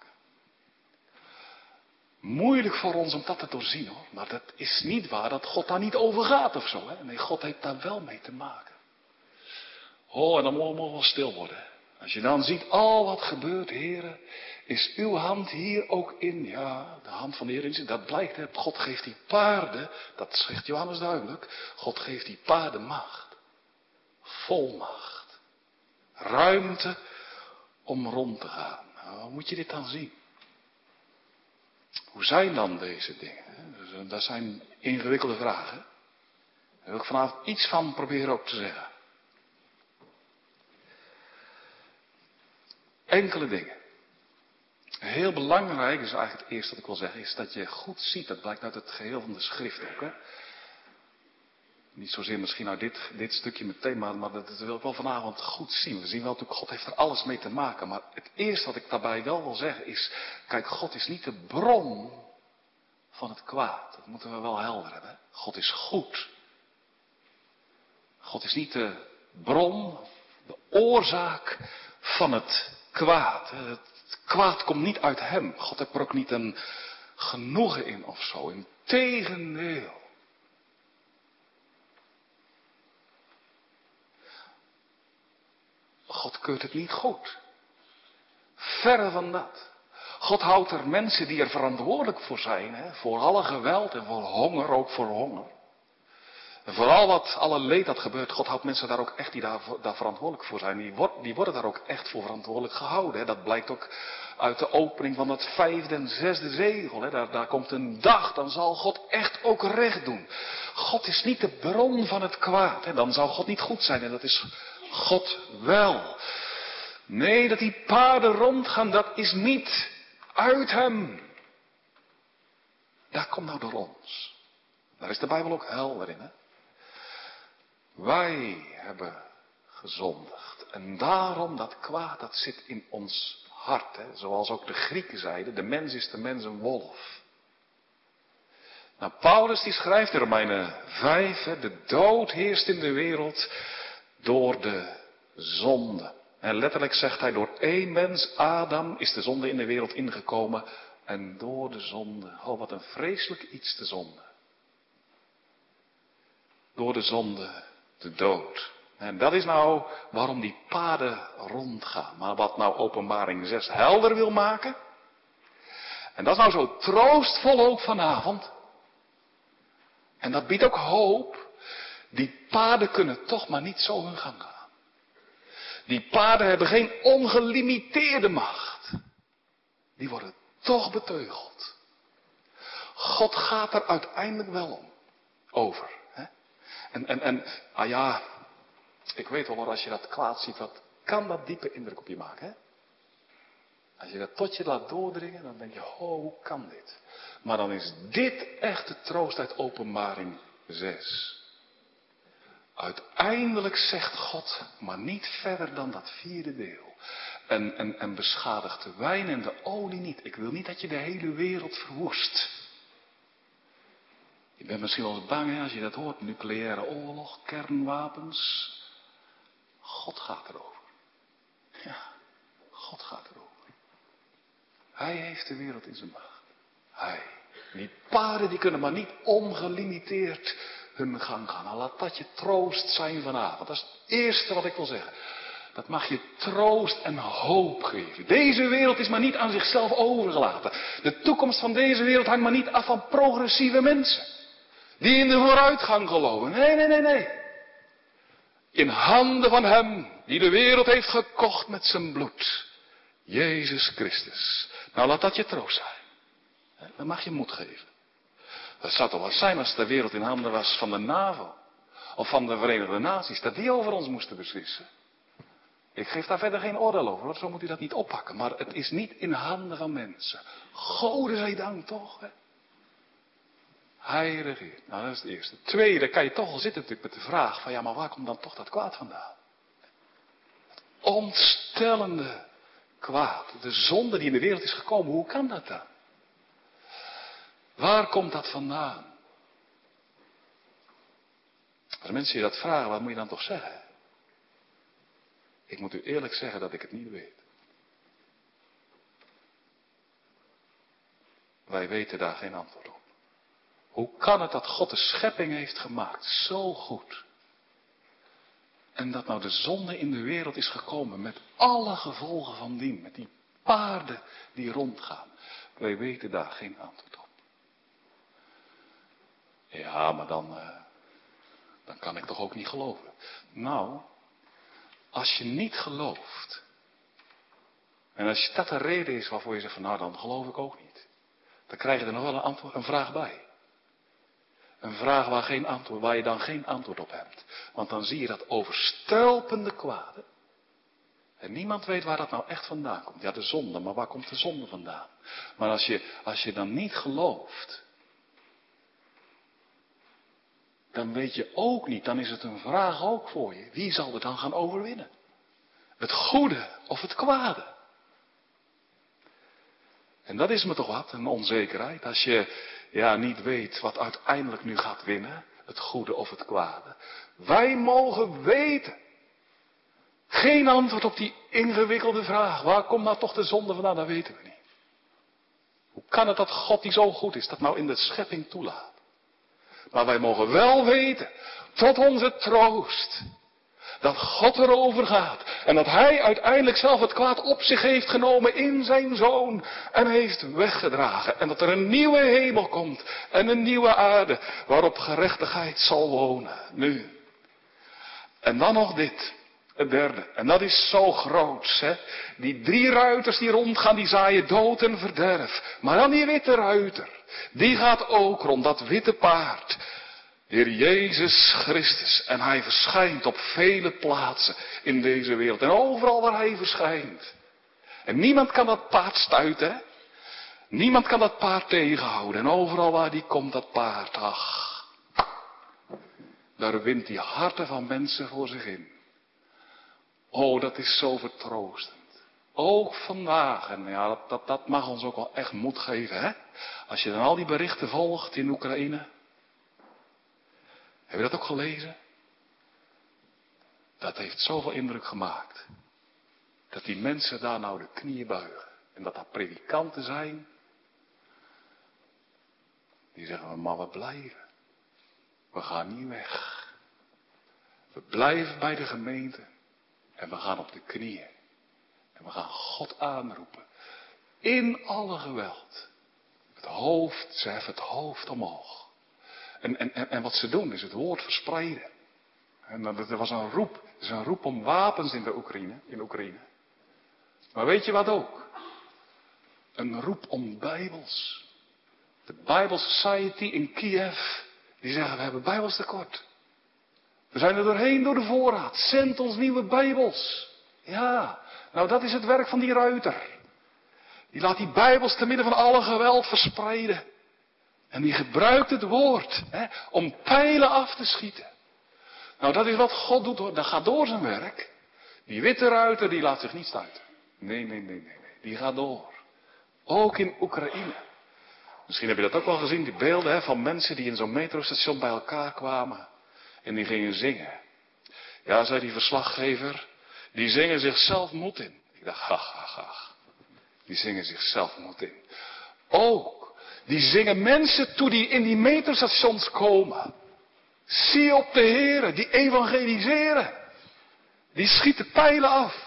Moeilijk voor ons om dat te doorzien, hoor. Maar dat is niet waar dat God daar niet over gaat of zo, hè? Nee, God heeft daar wel mee te maken. Oh, en dan mogen we wel stil worden, hè? Als je dan ziet, al wat gebeurt, heren, is uw hand hier ook in, ja, de hand van de Heer in. Dat blijkt, hè, God geeft die paarden, dat zegt Johannes duidelijk, God geeft die paarden macht, volmacht, ruimte om rond te gaan. Nou, hoe moet je dit dan zien? Hoe zijn dan deze dingen? Hè? Dat zijn ingewikkelde vragen. Daar wil ik vanavond iets van proberen ook te zeggen. Enkele dingen. Heel belangrijk is eigenlijk het eerste dat ik wil zeggen, is dat je goed ziet, dat blijkt uit het geheel van de schrift ook. Hè? Niet zozeer misschien uit dit, dit stukje meteen, maar, maar dat, dat wil ik wel vanavond goed zien. We zien wel natuurlijk, God heeft er alles mee te maken. Maar het eerste wat ik daarbij wel wil zeggen is, kijk, God is niet de bron van het kwaad. Dat moeten we wel helder hebben. God is goed. God is niet de bron, de oorzaak van het kwaad. Het kwaad komt niet uit hem. God heeft er ook niet een genoegen in of zo. Integendeel. God keurt het niet goed. Verre van dat. God houdt er mensen die er verantwoordelijk voor zijn. Hè, voor alle geweld en voor honger, ook voor honger. En vooral wat, alle leed dat gebeurt, God houdt mensen daar ook echt die daar, daar verantwoordelijk voor zijn. Die, wordt, die worden daar ook echt voor verantwoordelijk gehouden. Hè. Dat blijkt ook uit de opening van het vijfde en zesde zegel. Hè. Daar, daar komt een dag, dan zal God echt ook recht doen. God is niet de bron van het kwaad. Hè. Dan zou God niet goed zijn en dat is God wel. Nee, dat die paarden rondgaan, dat is niet uit hem. Dat komt nou door ons. Daar is de Bijbel ook helder in, hè. Wij hebben gezondigd. En daarom dat kwaad, dat zit in ons hart. Hè? Zoals ook de Grieken zeiden, de mens is de mens een wolf. Nou, Paulus die schrijft in Romeinen vijf, hè, de dood heerst in de wereld door de zonde. En letterlijk zegt hij, door één mens, Adam, is de zonde in de wereld ingekomen. En door de zonde, oh wat een vreselijk iets de zonde. Door de zonde, de dood. En dat is nou waarom die paden rondgaan. Maar wat nou Openbaring zes helder wil maken. En dat is nou zo troostvol ook vanavond. En dat biedt ook hoop. Die paden kunnen toch maar niet zo hun gang gaan. Die paarden hebben geen ongelimiteerde macht. Die worden toch beteugeld. God gaat er uiteindelijk wel om. Over. Hè? En, en, en, ah ja, ik weet wel hoor, als je dat kwaad ziet, wat kan dat diepe indruk op je maken, hè? Als je dat tot je laat doordringen, dan denk je, oh, hoe kan dit? Maar dan is dit echt de troost uit Openbaring zes. Uiteindelijk zegt God, maar niet verder dan dat vierde deel. En, en, en beschadigt de wijn en de olie niet. Ik wil niet dat je de hele wereld verwoest. Je bent misschien wel eens bang hè, als je dat hoort. Nucleaire oorlog, kernwapens. God gaat erover. Ja, God gaat erover. Hij heeft de wereld in zijn macht. Hij. Die paarden die kunnen maar niet ongelimiteerd hun gang gaan. Nou, laat dat je troost zijn vanavond. Dat is het eerste wat ik wil zeggen. Dat mag je troost en hoop geven. Deze wereld is maar niet aan zichzelf overgelaten. De toekomst van deze wereld hangt maar niet af van progressieve mensen. Die in de vooruitgang geloven. Nee, nee, nee, nee. In handen van hem die de wereld heeft gekocht met zijn bloed. Jezus Christus. Nou, laat dat je troost zijn. Dan mag je moed geven. Dat zou toch wel zijn als de wereld in handen was van de NAVO. Of van de Verenigde Naties. Dat die over ons moesten beslissen. Ik geef daar verder geen oordeel over. Want zo moet u dat niet oppakken. Maar het is niet in handen van mensen. Gode zij dank toch. Hè? Hij regeert. Nou, dat is het eerste. Tweede, kan je toch al zitten natuurlijk met de vraag van ja, maar waar komt dan toch dat kwaad vandaan? Het ontstellende kwaad. De zonde die in de wereld is gekomen. Hoe kan dat dan? Waar komt dat vandaan? Als mensen je dat vragen, wat moet je dan toch zeggen? Ik moet u eerlijk zeggen dat ik het niet weet. Wij weten daar geen antwoord op. Hoe kan het dat God de schepping heeft gemaakt zo goed? En dat nou de zonde in de wereld is gekomen met alle gevolgen van dien. Met die paarden die rondgaan. Wij weten daar geen antwoord op. Ja, maar dan, uh, dan kan ik toch ook niet geloven. Nou, als je niet gelooft. En als dat de reden is waarvoor je zegt van nou dan geloof ik ook niet. Dan krijg je er nog wel een, antwoord, een vraag bij. Een vraag waar, geen antwoord, waar je dan geen antwoord op hebt. Want dan zie je dat overstelpende kwade. En niemand weet waar dat nou echt vandaan komt. Ja, de zonde, maar waar komt de zonde vandaan? Maar als je, als je dan niet gelooft. Dan weet je ook niet, dan is het een vraag ook voor je. Wie zal er dan gaan overwinnen? Het goede of het kwade? En dat is me toch wat, een onzekerheid. Als je ja, niet weet wat uiteindelijk nu gaat winnen. Het goede of het kwade. Wij mogen weten. Geen antwoord op die ingewikkelde vraag. Waar komt nou toch de zonde vandaan? Dat weten we niet. Hoe kan het dat God die zo goed is, dat nou in de schepping toelaat? Maar wij mogen wel weten, tot onze troost, dat God erover gaat. En dat Hij uiteindelijk zelf het kwaad op zich heeft genomen in zijn Zoon. En heeft weggedragen. En dat er een nieuwe hemel komt. En een nieuwe aarde. Waarop gerechtigheid zal wonen. Nu. En dan nog dit. Het derde. En dat is zo groot. Hè? Die drie ruiters die rondgaan, die zaaien dood en verderf. Maar dan die witte ruiter. Die gaat ook rond, dat witte paard. De Heer Jezus Christus. En Hij verschijnt op vele plaatsen in deze wereld. En overal waar Hij verschijnt. En niemand kan dat paard stuiten. Hè? Niemand kan dat paard tegenhouden. En overal waar die komt, dat paard. Ach. Daar wint die harten van mensen voor zich in. Oh, dat is zo vertroostend. Ook vandaag. En ja, dat, dat, dat mag ons ook wel echt moed geven. Hè? Als je dan al die berichten volgt in Oekraïne. Heb je dat ook gelezen? Dat heeft zoveel indruk gemaakt. Dat die mensen daar nou de knieën buigen. En dat dat predikanten zijn. Die zeggen, maar we blijven. We gaan niet weg. We blijven bij de gemeente. En we gaan op de knieën. En we gaan God aanroepen. In alle geweld. Het hoofd, ze heffen het hoofd omhoog. En, en, en, en wat ze doen is het woord verspreiden. En dat, er was een roep. Er is een roep om wapens in de Oekraïne, in Oekraïne. Maar weet je wat ook? Een roep om Bijbels. De Bible Society in Kiev, die zeggen we hebben Bijbels tekort. We zijn er doorheen door de voorraad. Zend ons nieuwe Bijbels. Ja, nou dat is het werk van die ruiter. Die laat die Bijbels te midden van alle geweld verspreiden. En die gebruikt het woord hè, om pijlen af te schieten. Nou dat is wat God doet hoor. Dat gaat door zijn werk. Die witte ruiter die laat zich niet stuiten. Nee, nee, nee, nee, nee. Die gaat door. Ook in Oekraïne. Misschien heb je dat ook wel gezien, die beelden hè, van mensen die in zo'n metrostation bij elkaar kwamen. En die gingen zingen. Ja, zei die verslaggever, die zingen zichzelf moed in. Ik dacht, ach, ach, ach. Die zingen zichzelf moed in. Ook, die zingen mensen toe die in die metrostations komen. Zie op de Heere, die evangeliseren. Die schieten pijlen af.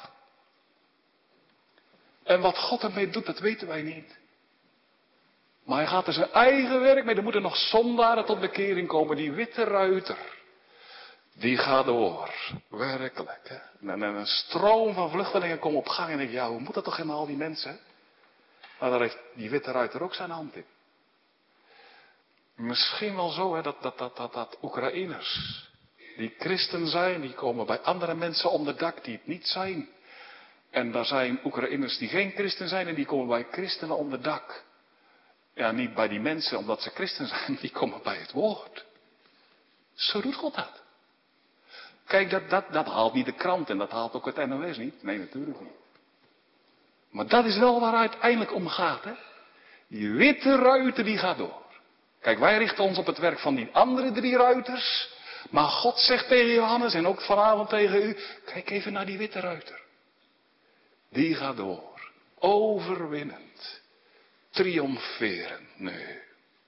En wat God ermee doet, dat weten wij niet. Maar hij gaat er zijn eigen werk mee. Er moeten nog zondaren tot bekering komen. Die witte ruiter. Die gaat door. Werkelijk. Hè? En een stroom van vluchtelingen komt op gang. En ik, ja, hoe moet dat toch in al die mensen? Maar daar heeft die witte ruiter ook zijn hand in. Misschien wel zo, hè, dat, dat, dat, dat, dat Oekraïners. Die christen zijn, die komen bij andere mensen onder dak die het niet zijn. En daar zijn Oekraïners die geen christen zijn. En die komen bij christenen onder dak. Ja, niet bij die mensen omdat ze christen zijn, die komen bij het woord. Zo doet God dat. Kijk, dat, dat, dat haalt niet de krant en dat haalt ook het N O S niet. Nee, natuurlijk niet. Maar dat is wel waar het uiteindelijk om gaat, hè. Die witte ruiter die gaat door. Kijk, wij richten ons op het werk van die andere drie ruiters. Maar God zegt tegen Johannes en ook vanavond tegen u, kijk even naar die witte ruiter. Die gaat door. Overwinnend. Triomferend, nee.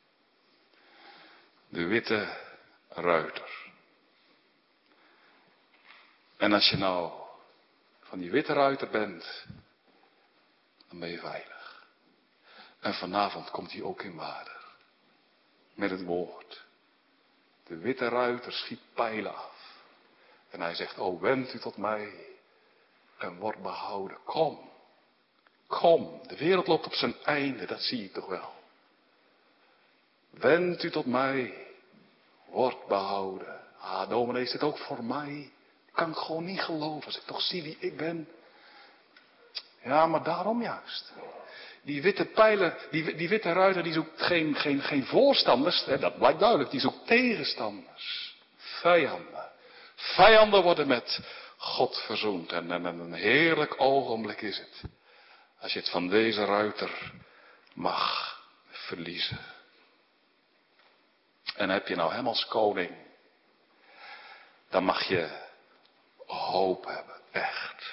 De witte ruiter. En als je nou van die witte ruiter bent, dan ben je veilig. En vanavond komt hij ook in waarde. Met het woord. De witte ruiter schiet pijlen af. En hij zegt, o wend u tot mij en word behouden. Kom. Kom, de wereld loopt op zijn einde, dat zie je toch wel. Wend u tot mij, word behouden. Ah, dominee, is dit ook voor mij? Kan ik gewoon niet geloven als ik toch zie wie ik ben. Ja, maar daarom juist. Die witte pijlen, die, die witte ruiter, die zoekt geen, geen, geen voorstanders. Hè, dat blijkt duidelijk, die zoekt tegenstanders. Vijanden. Vijanden worden met God verzoend. En, en een heerlijk ogenblik is het. Als je het van deze ruiter mag verliezen. En heb je nou hem als koning. Dan mag je hoop hebben. Echt.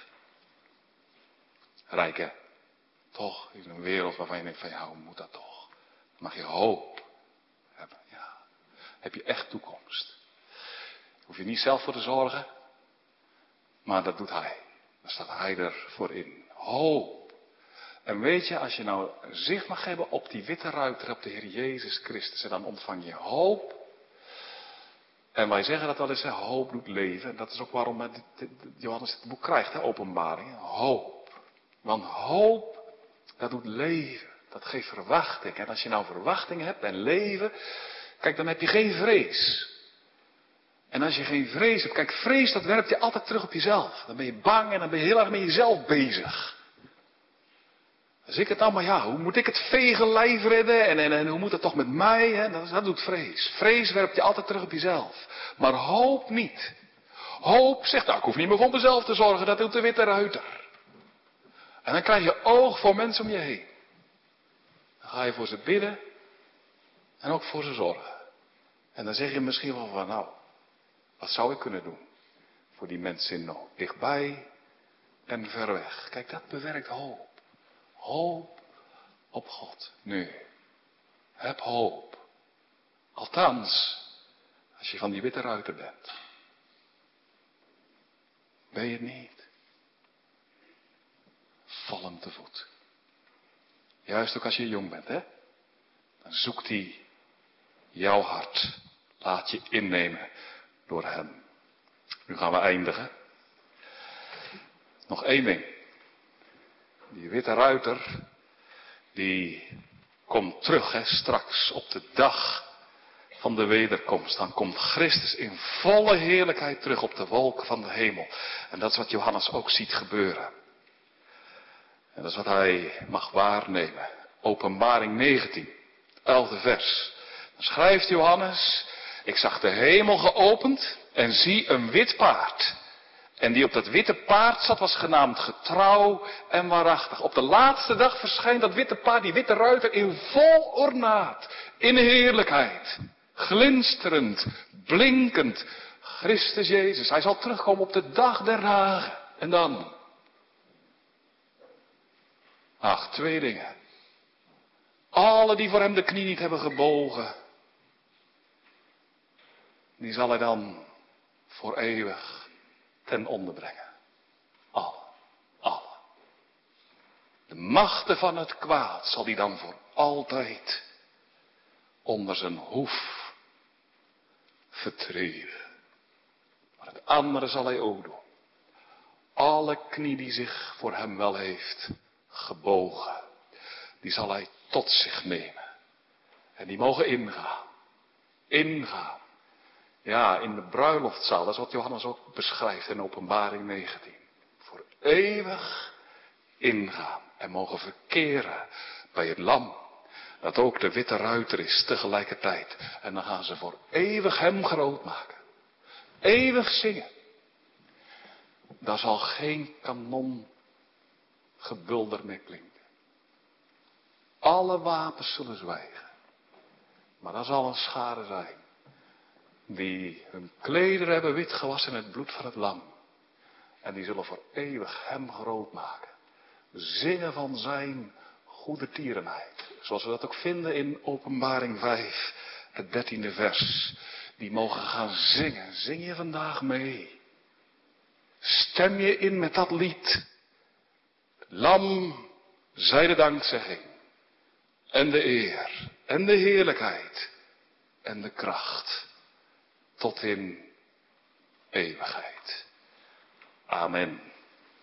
Rijk hè. Toch. In een wereld waarvan je denkt van ja, hoe moet dat toch. Dan mag je hoop hebben. Ja. Heb je echt toekomst. Hoef je niet zelf voor te zorgen. Maar dat doet hij. Dan staat hij er voor in. Hoop. En weet je, als je nou zicht mag hebben op die witte ruiter, op de Heer Jezus Christus, en dan ontvang je hoop. En wij zeggen dat wel eens, hè, hoop doet leven. En dat is ook waarom Johannes het boek krijgt, hè, Openbaring. Hoop. Want hoop, dat doet leven. Dat geeft verwachting. En als je nou verwachting hebt en leven, kijk, dan heb je geen vrees. En als je geen vrees hebt, kijk, vrees dat werpt je altijd terug op jezelf. Dan ben je bang en dan ben je heel erg met jezelf bezig. Als ik het allemaal, ja, hoe moet ik het vege lijf redden en, en, en hoe moet het toch met mij? Hè? Dat, dat doet vrees. Vrees werpt je altijd terug op jezelf. Maar hoop niet. Hoop zegt, nou ik hoef niet meer voor mezelf te zorgen, dat doet de witte ruiter. En dan krijg je oog voor mensen om je heen. Dan ga je voor ze bidden en ook voor ze zorgen. En dan zeg je misschien wel van, nou, wat zou ik kunnen doen voor die mensen in nood? Dichtbij en ver weg. Kijk, dat bewerkt hoop. Hoop op God. Nu, heb hoop. Althans, als je van die witte ruiter bent. Ben je het niet? Val hem te voet. Juist ook als je jong bent, hè? Dan zoekt hij jouw hart. Laat je innemen door hem. Nu gaan we eindigen. Nog één ding. Die witte ruiter, die komt terug, hè, straks op de dag van de wederkomst. Dan komt Christus in volle heerlijkheid terug op de wolken van de hemel. En dat is wat Johannes ook ziet gebeuren. En dat is wat hij mag waarnemen. Openbaring negentien, elfde vers. Dan schrijft Johannes: ik zag de hemel geopend en zie een wit paard. En die op dat witte paard zat was genaamd getrouw en waarachtig. Op de laatste dag verschijnt dat witte paard, die witte ruiter, in vol ornaat. In heerlijkheid. Glinsterend, blinkend. Christus Jezus. Hij zal terugkomen op de dag der dagen. En dan? Ach, twee dingen. Alle die voor hem de knie niet hebben gebogen, die zal hij dan voor eeuwig ten onder brengen. Alle, alle. De machten van het kwaad zal hij dan voor altijd onder zijn hoef vertreden. Maar het andere zal hij ook doen. Alle knie die zich voor hem wel heeft gebogen, die zal hij tot zich nemen. En die mogen ingaan. Ingaan. Ja, in de bruiloftzaal, dat is wat Johannes ook beschrijft in Openbaring negentien. Voor eeuwig ingaan en mogen verkeren bij het lam. Dat ook de witte ruiter is tegelijkertijd. En dan gaan ze voor eeuwig hem groot maken. Eeuwig zingen. Daar zal geen kanongebulder meer klinken. Alle wapens zullen zwijgen. Maar er zal een schare zijn die hun klederen hebben wit gewassen in het bloed van het lam. En die zullen voor eeuwig hem groot maken. Zingen van zijn goede tierenheid. Zoals we dat ook vinden in Openbaring vijf, het dertiende vers. Die mogen gaan zingen. Zing je vandaag mee? Stem je in met dat lied? Lam, zij de dankzegging. En de eer. En de heerlijkheid. En de kracht. Tot in eeuwigheid. Amen.